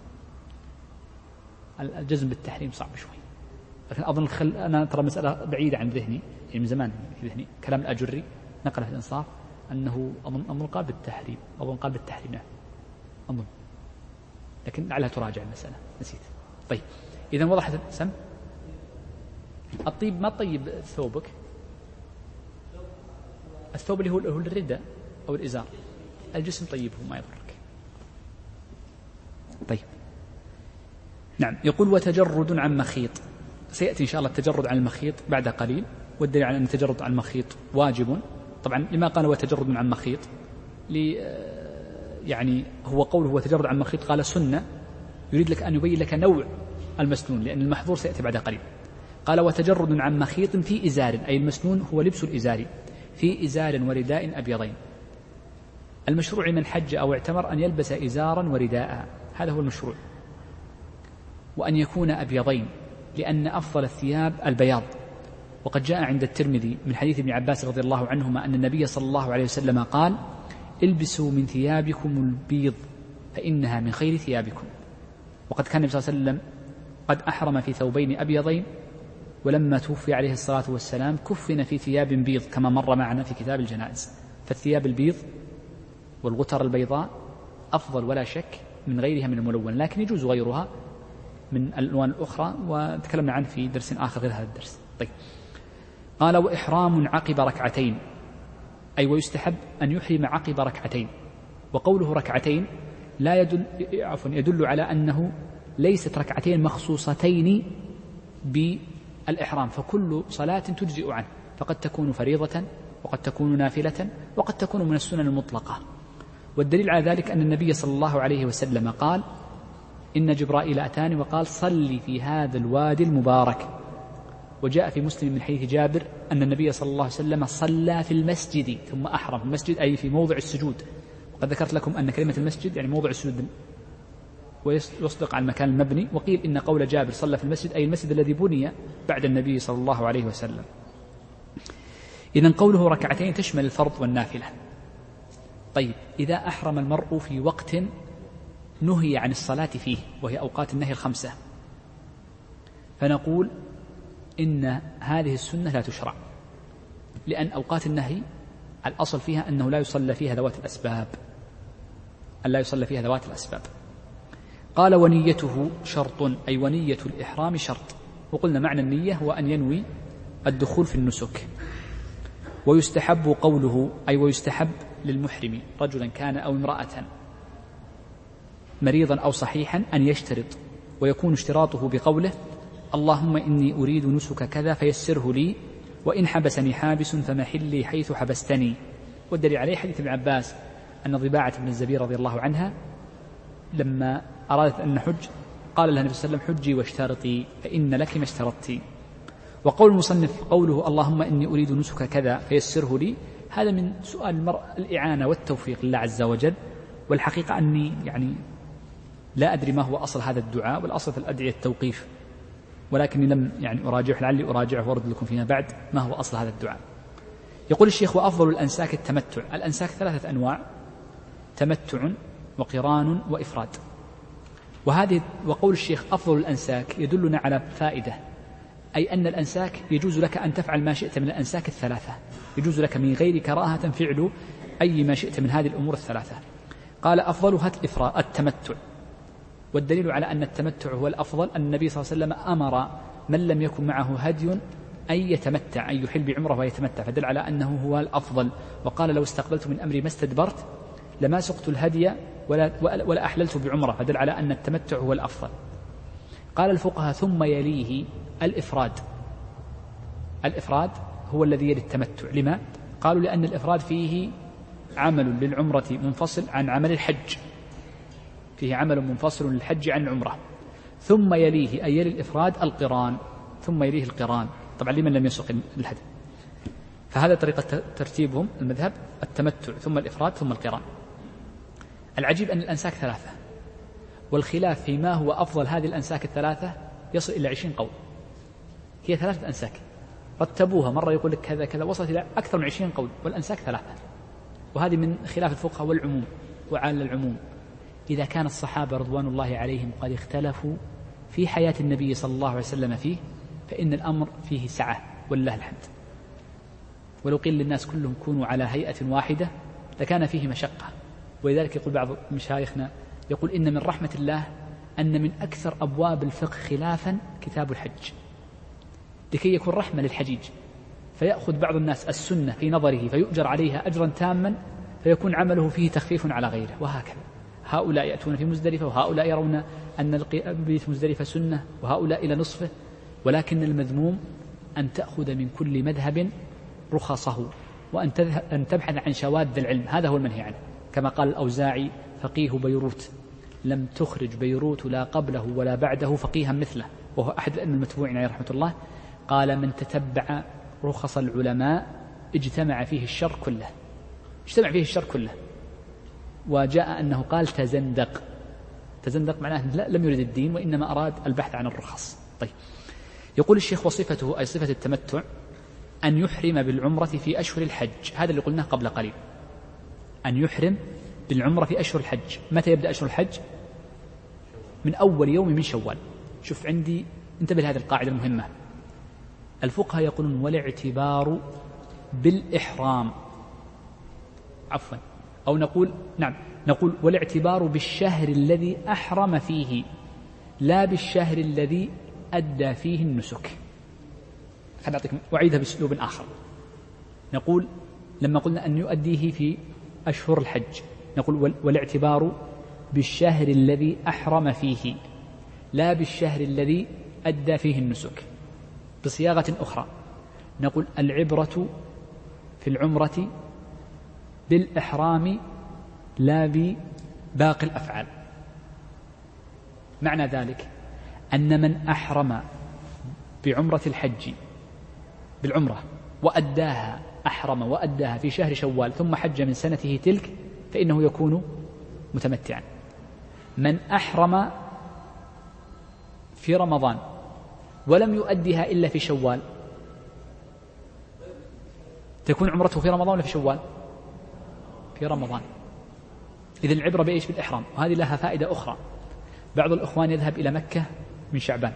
الجزم بالتحريم صعب شوي، لكن أظن أنا ترى مسألة بعيدة عن ذهني، يعني من زمان في ذهني كلام الأجري نقله في الإنصاف أنه أظن قال بالتحريم، قال بالتحريم، نعم أظن، لكن لعلها تراجع المسألة، نسيت. طيب إذن وضحت السم. الطيب ما طيب ثوبك، الثوب اللي هو الرداء أو الإزار، الجسم طيبه ما يضرك. طيب نعم. يقول: وتجرد عن مخيط. سيأتي إن شاء الله التجرد عن المخيط بعد قليل، والدليل على أن التجرد عن المخيط واجب. طبعا لما قال وتجرد عن مخيط يعني هو قوله وتجرد عن مخيط قال سنة، يريد لك أن يبين لك نوع المسنون، لأن المحظور سيأتي بعد قليل. قال: وتجرد عن مخيط في إزار، أي المسنون هو لبس الإزار، في إزار ورداء أبيضين. المشروع من حج أو اعتمر أن يلبس إزارا ورداء، هذا هو المشروع، وأن يكون أبيضين، لأن أفضل الثياب البياض. وقد جاء عند الترمذي من حديث ابن عباس رضي الله عنهما أن النبي صلى الله عليه وسلم قال: البسوا من ثيابكم البيض فإنها من خير ثيابكم. وقد كان النبي صلى الله عليه وسلم قد أحرم في ثوبين أبيضين، ولما توفي عليه الصلاة والسلام كفن في ثياب بيض كما مر معنا في كتاب الجنائز. فالثياب البيض والغتر البيضاء أفضل ولا شك من غيرها من الملون، لكن يجوز غيرها من الألوان الأخرى، وتكلمنا عنه في درس آخر غير هذا الدرس. طيب قال: وإحرام عقب ركعتين، أي ويستحب أن يحرم عقب ركعتين. وقوله ركعتين لا يدل على أنه ليست ركعتين مخصوصتين بالإحرام، فكل صلاة تجزئ عنه، فقد تكون فريضة وقد تكون نافلة وقد تكون من السنن المطلقة. والدليل على ذلك أن النبي صلى الله عليه وسلم قال: إن جبرائيل أتاني وقال: صلي في هذا الوادي المبارك. وجاء في مسلم من حديث جابر أن النبي صلى الله عليه وسلم صلى في المسجد ثم أحرم. في المسجد أي في موضع السجود، وقد ذكرت لكم أن كلمة المسجد يعني موضع السجود ويصدق على المكان المبني. وقيل إن قول جابر صلى في المسجد أي المسجد الذي بني بعد النبي صلى الله عليه وسلم. إذن قوله ركعتين تشمل الفرض والنافلة. طيب إذا أحرم المرء في وقت نهي عن الصلاة فيه وهي أوقات النهي ال5، فنقول إن هذه السنة لا تشرع، لأن أوقات النهي الأصل فيها أنه لا يصلى فيها ذوات الأسباب، ألا يصلى فيها ذوات الأسباب. قال ونيته شرط، أي ونية الإحرام شرط، وقلنا معنى النية هو أن ينوي الدخول في النسك. ويستحب قوله، أي ويستحب للمحرم رجلا كان أو امرأة مريضا أو صحيحا أن يشترط، ويكون اشتراطه بقوله اللهم إني أريد نسك كذا فيسره لي، وإن حبسني حابس فمحلي حيث حبستني. والدليل عليه حديث ابن عباس أن ضباعة بن الزبير رضي الله عنها لما أرادت أن نحج قال لها النبي صلى الله عليه وسلم حجي واشترطي فإن لك ما اشترطتي. وقول المصنف قوله اللهم إني أريد نسك كذا فيسره لي، هذا من سؤال المرء الإعانة والتوفيق لله عز وجل. والحقيقة أني لا أدري ما هو أصل هذا الدعاء، والأصل في الأدعية التوقيف، ولكني لم أراجعه، لعلي أراجعه وأرد لكم فيما بعد ما هو أصل هذا الدعاء. يقول الشيخ وأفضل الأنساك التمتع. الأنساك 3 أنواع: تمتع وقران وإفراد. وقول الشيخ أفضل الأنساك يدلنا على فائدة، أي أن الأنساك يجوز لك أن تفعل ما شئت من الأنساك 3، يجوز لك من غير كراهة فعل أي ما شئت من هذه الأمور 3. قال أفضلها التمتع، والدليل على أن التمتع هو الأفضل أن النبي صلى الله عليه وسلم أمر من لم يكن معه هدي أن يتمتع، أن يحل بعمره ويتمتع، فدل على أنه هو الأفضل. وقال لو استقبلت من أمري ما استدبرت لما سقت الهدي ولا أحللت بعمره، فدل على أن التمتع هو الأفضل. قال الفقهاء ثم يليه الإفراد. الإفراد هو الذي يلي التمتع. لما؟ قالوا لأن الإفراد فيه عمل للعمرة منفصل عن عمل الحج، فيه عمل منفصل للحج عن العمرة. ثم يليه أي يلي الإفراد القران، ثم يليه القران، طبعا لمن لم يسق الهدي. فهذا طريقة ترتيبهم المذهب: التمتع ثم الإفراد ثم القران. العجيب أن الأنساك 3، والخلاف فيما هو أفضل هذه الأنساك 3 يصل إلى 20 قول. هي 3 أنساك رتبوها، مرة يقول لك كذا كذا، وصلت إلى أكثر من 20 قول، والأنساك 3. وهذه من خلاف الفقهاء والعموم وعلى العموم. إذا كان الصحابة رضوان الله عليهم قد اختلفوا في حياة النبي صلى الله عليه وسلم فيه، فإن الأمر فيه سعة ولله الحمد. ولو قيل للناس كلهم كونوا على هيئة واحدة لكان فيه مشقة. ولذلك يقول بعض مشايخنا يقول إن من رحمة الله أن من أكثر أبواب الفقه خلافا كتاب الحج، لكي يكون رحمة للحجيج، فيأخذ بعض الناس السنة في نظره فيؤجر عليها أجرا تاما، فيكون عمله فيه تخفيف على غيره. وهكذا هؤلاء يأتون في مزدلفة، وهؤلاء يرون أن البيت مزدلفة سنة، وهؤلاء إلى نصفه. ولكن المذموم أن تأخذ من كل مذهب رخصه، وأن تبحث عن شواذ العلم، هذا هو المنهي عنه. كما قال الأوزاعي فقيه بيروت: لم تخرج بيروت لا قبله ولا بعده فقيها مثله، وهو أحد الأئمة المتبوعين عليه رحمة الله. قال: من تتبع رخص العلماء اجتمع فيه الشر كله، اجتمع فيه الشر كله. وجاء أنه قال تزندق. تزندق معناه لم يرد الدين، وإنما أراد البحث عن الرخص. طيب، يقول الشيخ وصفته أي صفة التمتع أن يحرم بالعمرة في أشهر الحج. هذا اللي قلناه قبل قليل، أن يحرم بالعمرة في أشهر الحج. متى يبدأ أشهر الحج؟ من أول يوم من شوال. شوف عندي، انتبه لهذه القاعدة المهمة. الفقهاء يقولون والاعتبار بالإحرام، عفوا، أو نقول والاعتبار بالشهر الذي أحرم فيه، لا بالشهر الذي أدى فيه النسك. خليني أعطيكم وأعيدها بأسلوب آخر. نقول لما قلنا أن يؤديه في أشهر الحج، نقول والاعتبار بالشهر الذي أحرم فيه، لا بالشهر الذي أدى فيه النسك. بصياغة أخرى نقول العبرة في العمرة بالإحرام لا بباقي الأفعال. معنى ذلك أن من أحرم بعمرة الحج بالعمرة وأداها، أحرم وأداها في شهر شوال ثم حج من سنته تلك، فإنه يكون متمتعا. من أحرم في رمضان ولم يؤديها إلا في شوال، تكون عمرته في رمضان ولا في شوال؟ في رمضان. إذن العبرة بإيش؟ بالإحرام. وهذه لها فائدة أخرى. بعض الإخوان يذهب إلى مكة من شعبان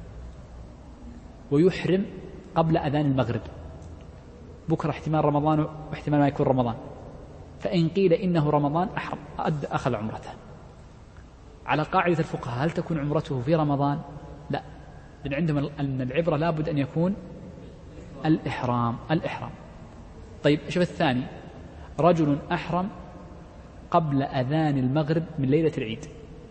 ويحرم قبل أذان المغرب، بكرة احتمال رمضان واحتمال ما يكون رمضان، فإن قيل إنه رمضان أحرم أخذ عمرته. على قاعدة الفقهاء هل تكون عمرته في رمضان؟ لا، لأن عندهم أن العبرة لابد أن يكون الإحرام. طيب شوف الثاني، رجل أحرم قبل أذان المغرب من ليلة العيد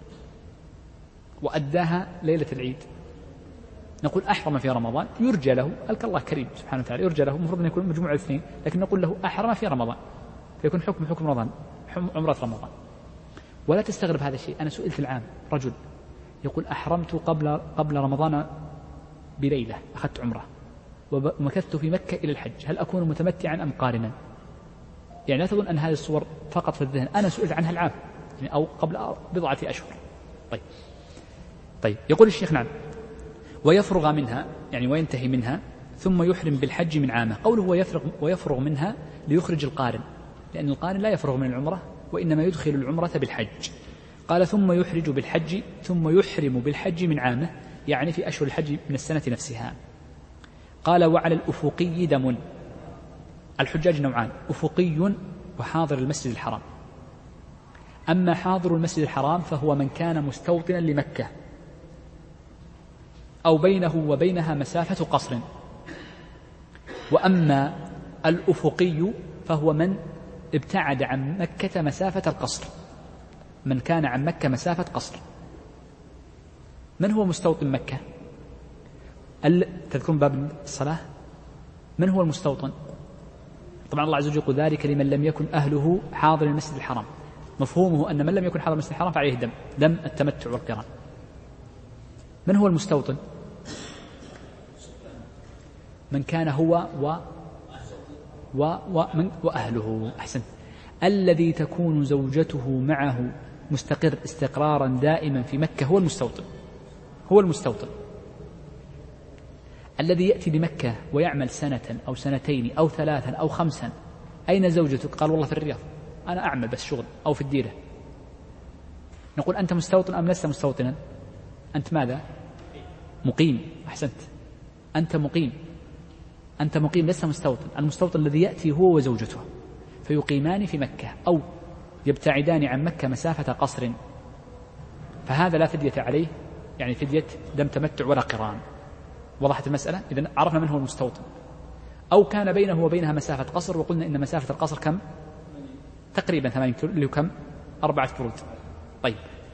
وأداها ليلة العيد، نقول أحرم في رمضان، يرجى له، قالك الله كريم سبحانه وتعالى، يرجى له، المفروض أن يكون مجموع الاثنين، لكن نقول له أحرم في رمضان فيكون حكم رمضان، عمرة رمضان. ولا تستغرب هذا الشيء. أنا سئلت العام رجل يقول أحرمت قبل رمضان بليلة، أخذت عمرة ومكثت في مكة إلى الحج، هل أكون متمتعا أم قارنا؟ يعني لا تظن أن هذه الصور فقط في الذهن، أنا سئلت عنها العام يعني أو قبل بضعة أشهر. طيب يقول الشيخ نعم، ويفرغ منها يعني وينتهي منها ثم يحرم بالحج من عامه. قوله ويفرغ منها ليخرج القارن، لأن القارن لا يفرغ من العمرة وإنما يدخل العمرة بالحج. قال ثم يحرج بالحج ثم يحرم بالحج من عامه، يعني في أشهر الحج من السنة نفسها. قال وعلى الأفقي دم. الحجاج نوعان، أفقي وحاضر المسجد الحرام. أما حاضر المسجد الحرام فهو من كان مستوطنا لمكة أو بينه وبينها مسافة قصر. وأما الأفقي فهو من ابتعد عن مكة مسافة القصر، من كان عن مكة مسافة قصر. من هو مستوطن مكة؟ تذكرون باب الصلاة، من هو المستوطن؟ طبعا الله عز وجل يقول ذلك لمن لم يكن أهله حاضر المسجد الحرام، مفهومه أن من لم يكن حاضر المسجد الحرام فعليه دم التمتع والقران. من هو المستوطن؟ من كان هو وأهله. أحسنت. الذي تكون زوجته معه مستقر استقرارا دائما في مكة هو المستوطن. الذي يأتي بمكة ويعمل سنة أو سنتين أو 3 أو 5، أين زوجتك؟ قال والله في الرياض، أنا أعمل بس شغل، أو في الديرة. نقول أنت مستوطن أم لست مستوطنا؟ أنت ماذا؟ مقيم. أحسنت، أنت مقيم لست مستوطن. المستوطن الذي يأتي هو وزوجته فيقيمان في مكة أو يبتعدان عن مكة مسافة قصر، فهذا لا فدية عليه، يعني فدية دم تمتع ولا قران. وضحت المسألة؟ إذن عرفنا من هو المستوطن. أو كان بينه وبينها مسافة قصر، وقلنا إن مسافة القصر كم؟ تقريبا 8 كيلو، اللي هو كم؟ 4 برود. طيب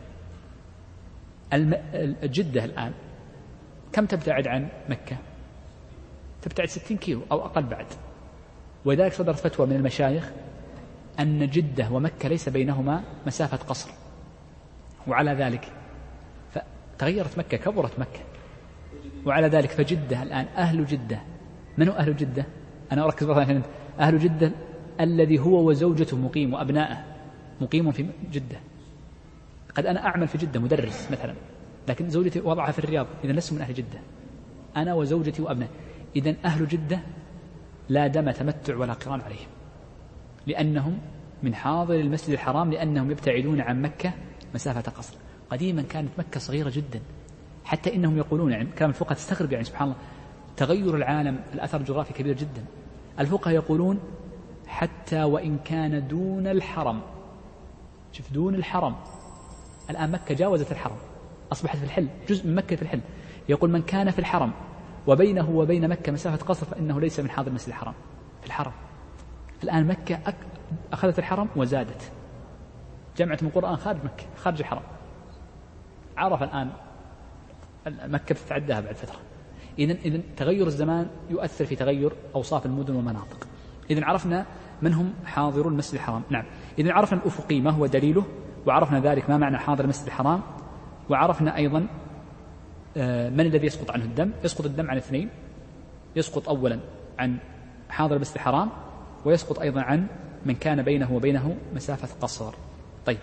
جدة الآن كم تبتعد عن مكة؟ تبتعد 60 كيلو أو أقل بعد. ولذلك صدرت فتوى من المشايخ أن جدة ومكة ليس بينهما مسافة قصر، وعلى ذلك فتغيرت مكة، كبرت مكة، وعلى ذلك فجدة الآن أهل جدة. من هو أهل جدة؟ أنا أركز مثلا أهل جدة الذي هو وزوجته مقيم وأبنائه مقيم في جدة. قد أنا أعمل في جدة مدرس مثلا، لكن زوجتي وضعها في الرياض، إذا لست من أهل جدة، أنا وزوجتي وأبنائي. إذن أهل جدة لا دم تمتع ولا قران عليهم، لأنهم من حاضر المسجد الحرام، لأنهم يبتعدون عن مكة مسافة قصر. قديما كانت مكة صغيرة جدا، حتى إنهم يقولون، يعني كلام الفقهاء تستغرب، يعني سبحان الله تغير العالم، الأثر الجغرافي كبير جدا. الفقهاء يقولون حتى وإن كان دون الحرم، شوف دون الحرم، الآن مكة جاوزت الحرم، أصبحت في الحل، جزء من مكة في الحل. يقول من كان في الحرم وبينه وبين مكة مسافة قصر فإنه ليس من حاضر المسجد الحرام. في الحرم الآن مكة أخذت الحرم وزادت، جمعت من القرآن خارج مكة، خارج الحرم. عرف الآن مكة تتعداها بعد فترة. إذن تغير الزمان يؤثر في تغير أوصاف المدن والمناطق. إذن عرفنا من هم حاضرون المسجد الحرام. نعم، إذن عرفنا الأفقي ما هو دليله، وعرفنا ذلك ما معنى حاضر المسجد الحرام، وعرفنا أيضا من الذي يسقط عنه الدم. يسقط الدم عن 2، يسقط أولا عن حاضر المسجد الحرام، ويسقط أيضا عن من كان بينه وبينه مسافة قصر. طيب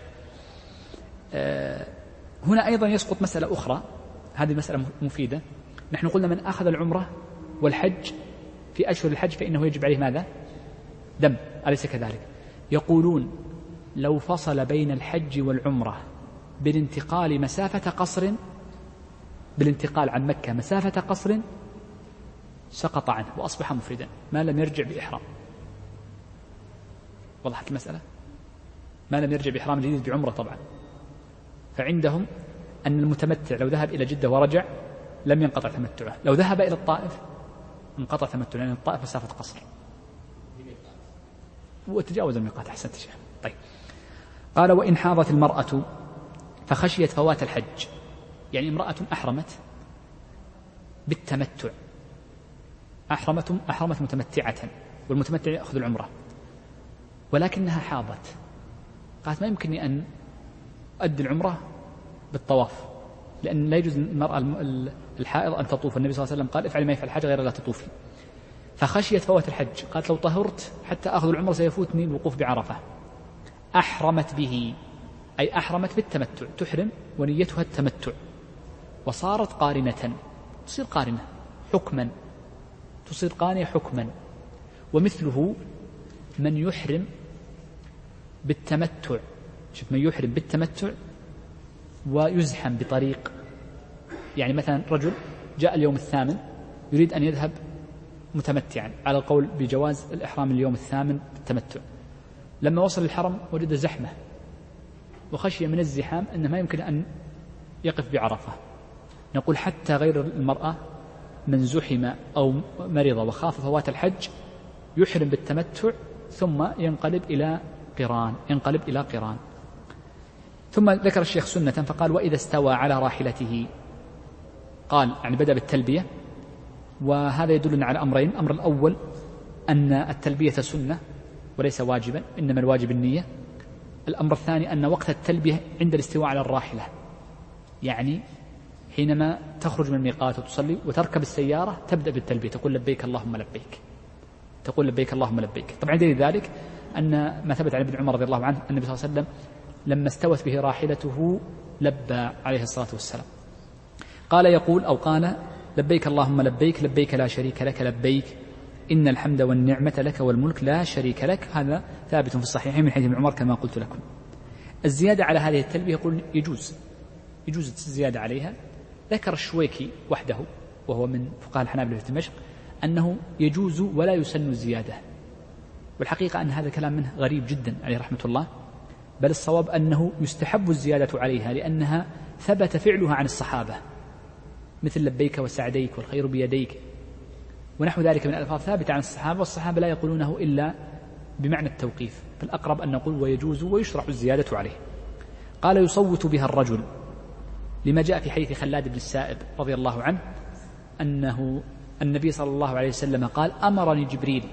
هنا أيضا يسقط مسألة أخرى، هذه المسألة مفيدة. نحن قلنا من أخذ العمرة والحج في أشهر الحج فإنه يجب عليه ماذا؟ دم، أليس كذلك؟ يقولون لو فصل بين الحج والعمرة بالانتقال عن مكة مسافة قصر سقط عنه وأصبح مفردا ما لم يرجع بإحرام. وضحت المسألة؟ ما لم يرجع بإحرام جديد بعمرة طبعا. فعندهم أن المتمتع لو ذهب إلى جدة ورجع لم ينقطع تمتعه، لو ذهب إلى الطائف انقطع تمتعه، لأن الطائف مسافة قصر وتجاوز الميقات. أحسنت شيخ. طيب، قال وإن حاضت المرأة فخشيت فوات الحج، يعني امرأة أحرمت بالتمتع، أحرمت متمتعة، والمتمتع يأخذ العمرة، ولكنها حاضت، قالت ما يمكنني أن أؤدي العمرة بالطواف، لأن لا يجوز المرأة الحائض أن تطوف. النبي صلى الله عليه وسلم قال افعل ما يفعل الحج غير لا تطوفي. فخشيت فوات الحج، قالت لو طهرت حتى أخذ العمرة سيفوتني الوقوف بعرفة. أحرمت به، أي أحرمت بالتمتع، تحرم ونيتها التمتع، وصارت قارنة، تصير قارنة حكما، تصير قارنة حكما. ومثله من يحرم بالتمتع، شوف، من يحرم بالتمتع ويزحم بطريق، يعني مثلا رجل جاء اليوم الثامن يريد أن يذهب متمتعا، على القول بجواز الإحرام اليوم الثامن بالتمتع، لما وصل الحرم وجد زحمة وخشي من الزحام أنه ما يمكن أن يقف بعرفة، نقول حتى غير المرأة من زحم أو مرض وخاف فوات الحج يحرم بالتمتع ثم ينقلب إلى قران. ثم ذكر الشيخ سنة فقال وإذا استوى على راحلته، قال يعني بدأ بالتلبية، وهذا يدلنا على أمرين. الأمر الأول أن التلبية سنة وليس واجبا، إنما الواجب النية. الأمر الثاني أن وقت التلبية عند الاستواء على الراحلة، يعني حينما تخرج من الميقات وتصلي وتركب السيارة تبدأ بالتلبية، تقول لبيك اللهم لبيك، تقول لبيك اللهم لبيك. طبعا دليل ذلك أن ما ثبت عن ابن عمر رضي الله عنه النبي صلى الله عليه وسلم لما استوت به راحلته لبى عليه الصلاة والسلام، قال يقول أو قال لبيك اللهم لبيك، لبيك لا شريك لك لبيك، إن الحمد والنعمة لك والملك لا شريك لك. هذا ثابت في الصحيحين من حديث ابن عمر كما قلت لكم. الزيادة على هذه التلبية يقول يجوز الزيادة عليها. ذكر الشويكي وحده وهو من فقهاء الحنابلة في دمشق أنه يجوز ولا يسن الزيادة، والحقيقة أن هذا الكلام منه غريب جدا عليه رحمة الله، بل الصواب أنه يستحب الزيادة عليها لأنها ثبت فعلها عن الصحابة، مثل لبيك وسعديك والخير بيديك ونحو ذلك من الألفاظ ثابتة عن الصحابة، والصحابة لا يقولونه إلا بمعنى التوقيف، فالأقرب أن نقول ويجوز ويشرع الزيادة عليه. قال يصوت بها الرجل، لما جاء في حديث خلاد بن السائب رضي الله عنه أنه النبي صلى الله عليه وسلم قال أمرني جبريل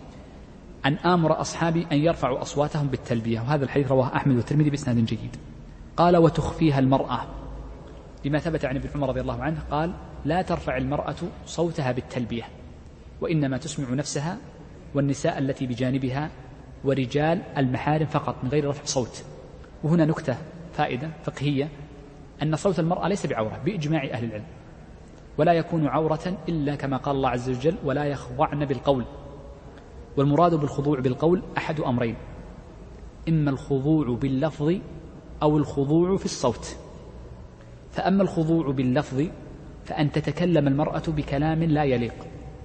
أن آمر أصحابي أن يرفعوا أصواتهم بالتلبية، وهذا الحديث رواه أحمد والترمذي بإسناد جيد. قال وتخفيها المرأة، لما ثبت عن ابن عمر رضي الله عنه قال لا ترفع المرأة صوتها بالتلبية، وإنما تسمع نفسها والنساء التي بجانبها ورجال المحارم فقط من غير رفع صوت. وهنا نكتة فائدة فقهية، أن صوت المرأة ليس بعورة بإجماع أهل العلم، ولا يكون عورة إلا كما قال الله عز وجل ولا يخضعن بالقول. والمراد بالخضوع بالقول أحد أمرين، إما الخضوع باللفظ أو الخضوع في الصوت. فأما الخضوع باللفظ فأن تتكلم المرأة بكلام لا يليق،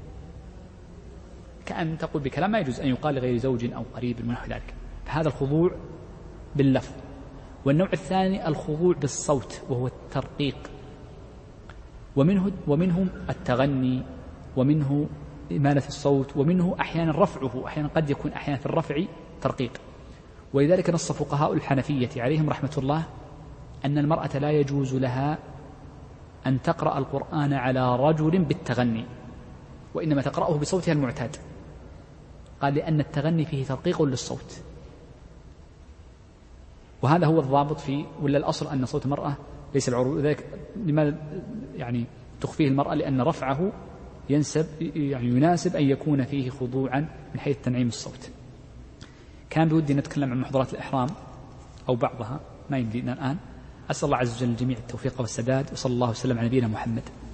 كأن تقول بكلام ما يجوز أن يقال لغير زوج أو قريب ونحو ذلك، فهذا الخضوع باللفظ. والنوع الثاني الخضوع بالصوت وهو الترقيق، ومنه التغني، ومنه إمالة الصوت، ومنه أحيانا رفعه، أحيانا قد يكون أحيانا في الرفع ترقيق. ولذلك نص فقهاء الحنفية عليهم رحمة الله أن المرأة لا يجوز لها أن تقرأ القرآن على رجل بالتغني، وإنما تقرأه بصوتها المعتاد، قال لأن التغني فيه ترقيق للصوت، وهذا هو الضابط فيه، ولا الأصل أن صوت المرأة ليس العروض. ذلك لما يعني تخفيه المرأة لأن رفعه يناسب أن يكون فيه خضوعا من حيث تنعيم الصوت. كان بودي نتكلم عن محظورات الإحرام أو بعضها، ما يمدينا الآن. أسأل الله عز وجل الجميع التوفيق والسداد، وصلى الله وسلم على نبينا محمد.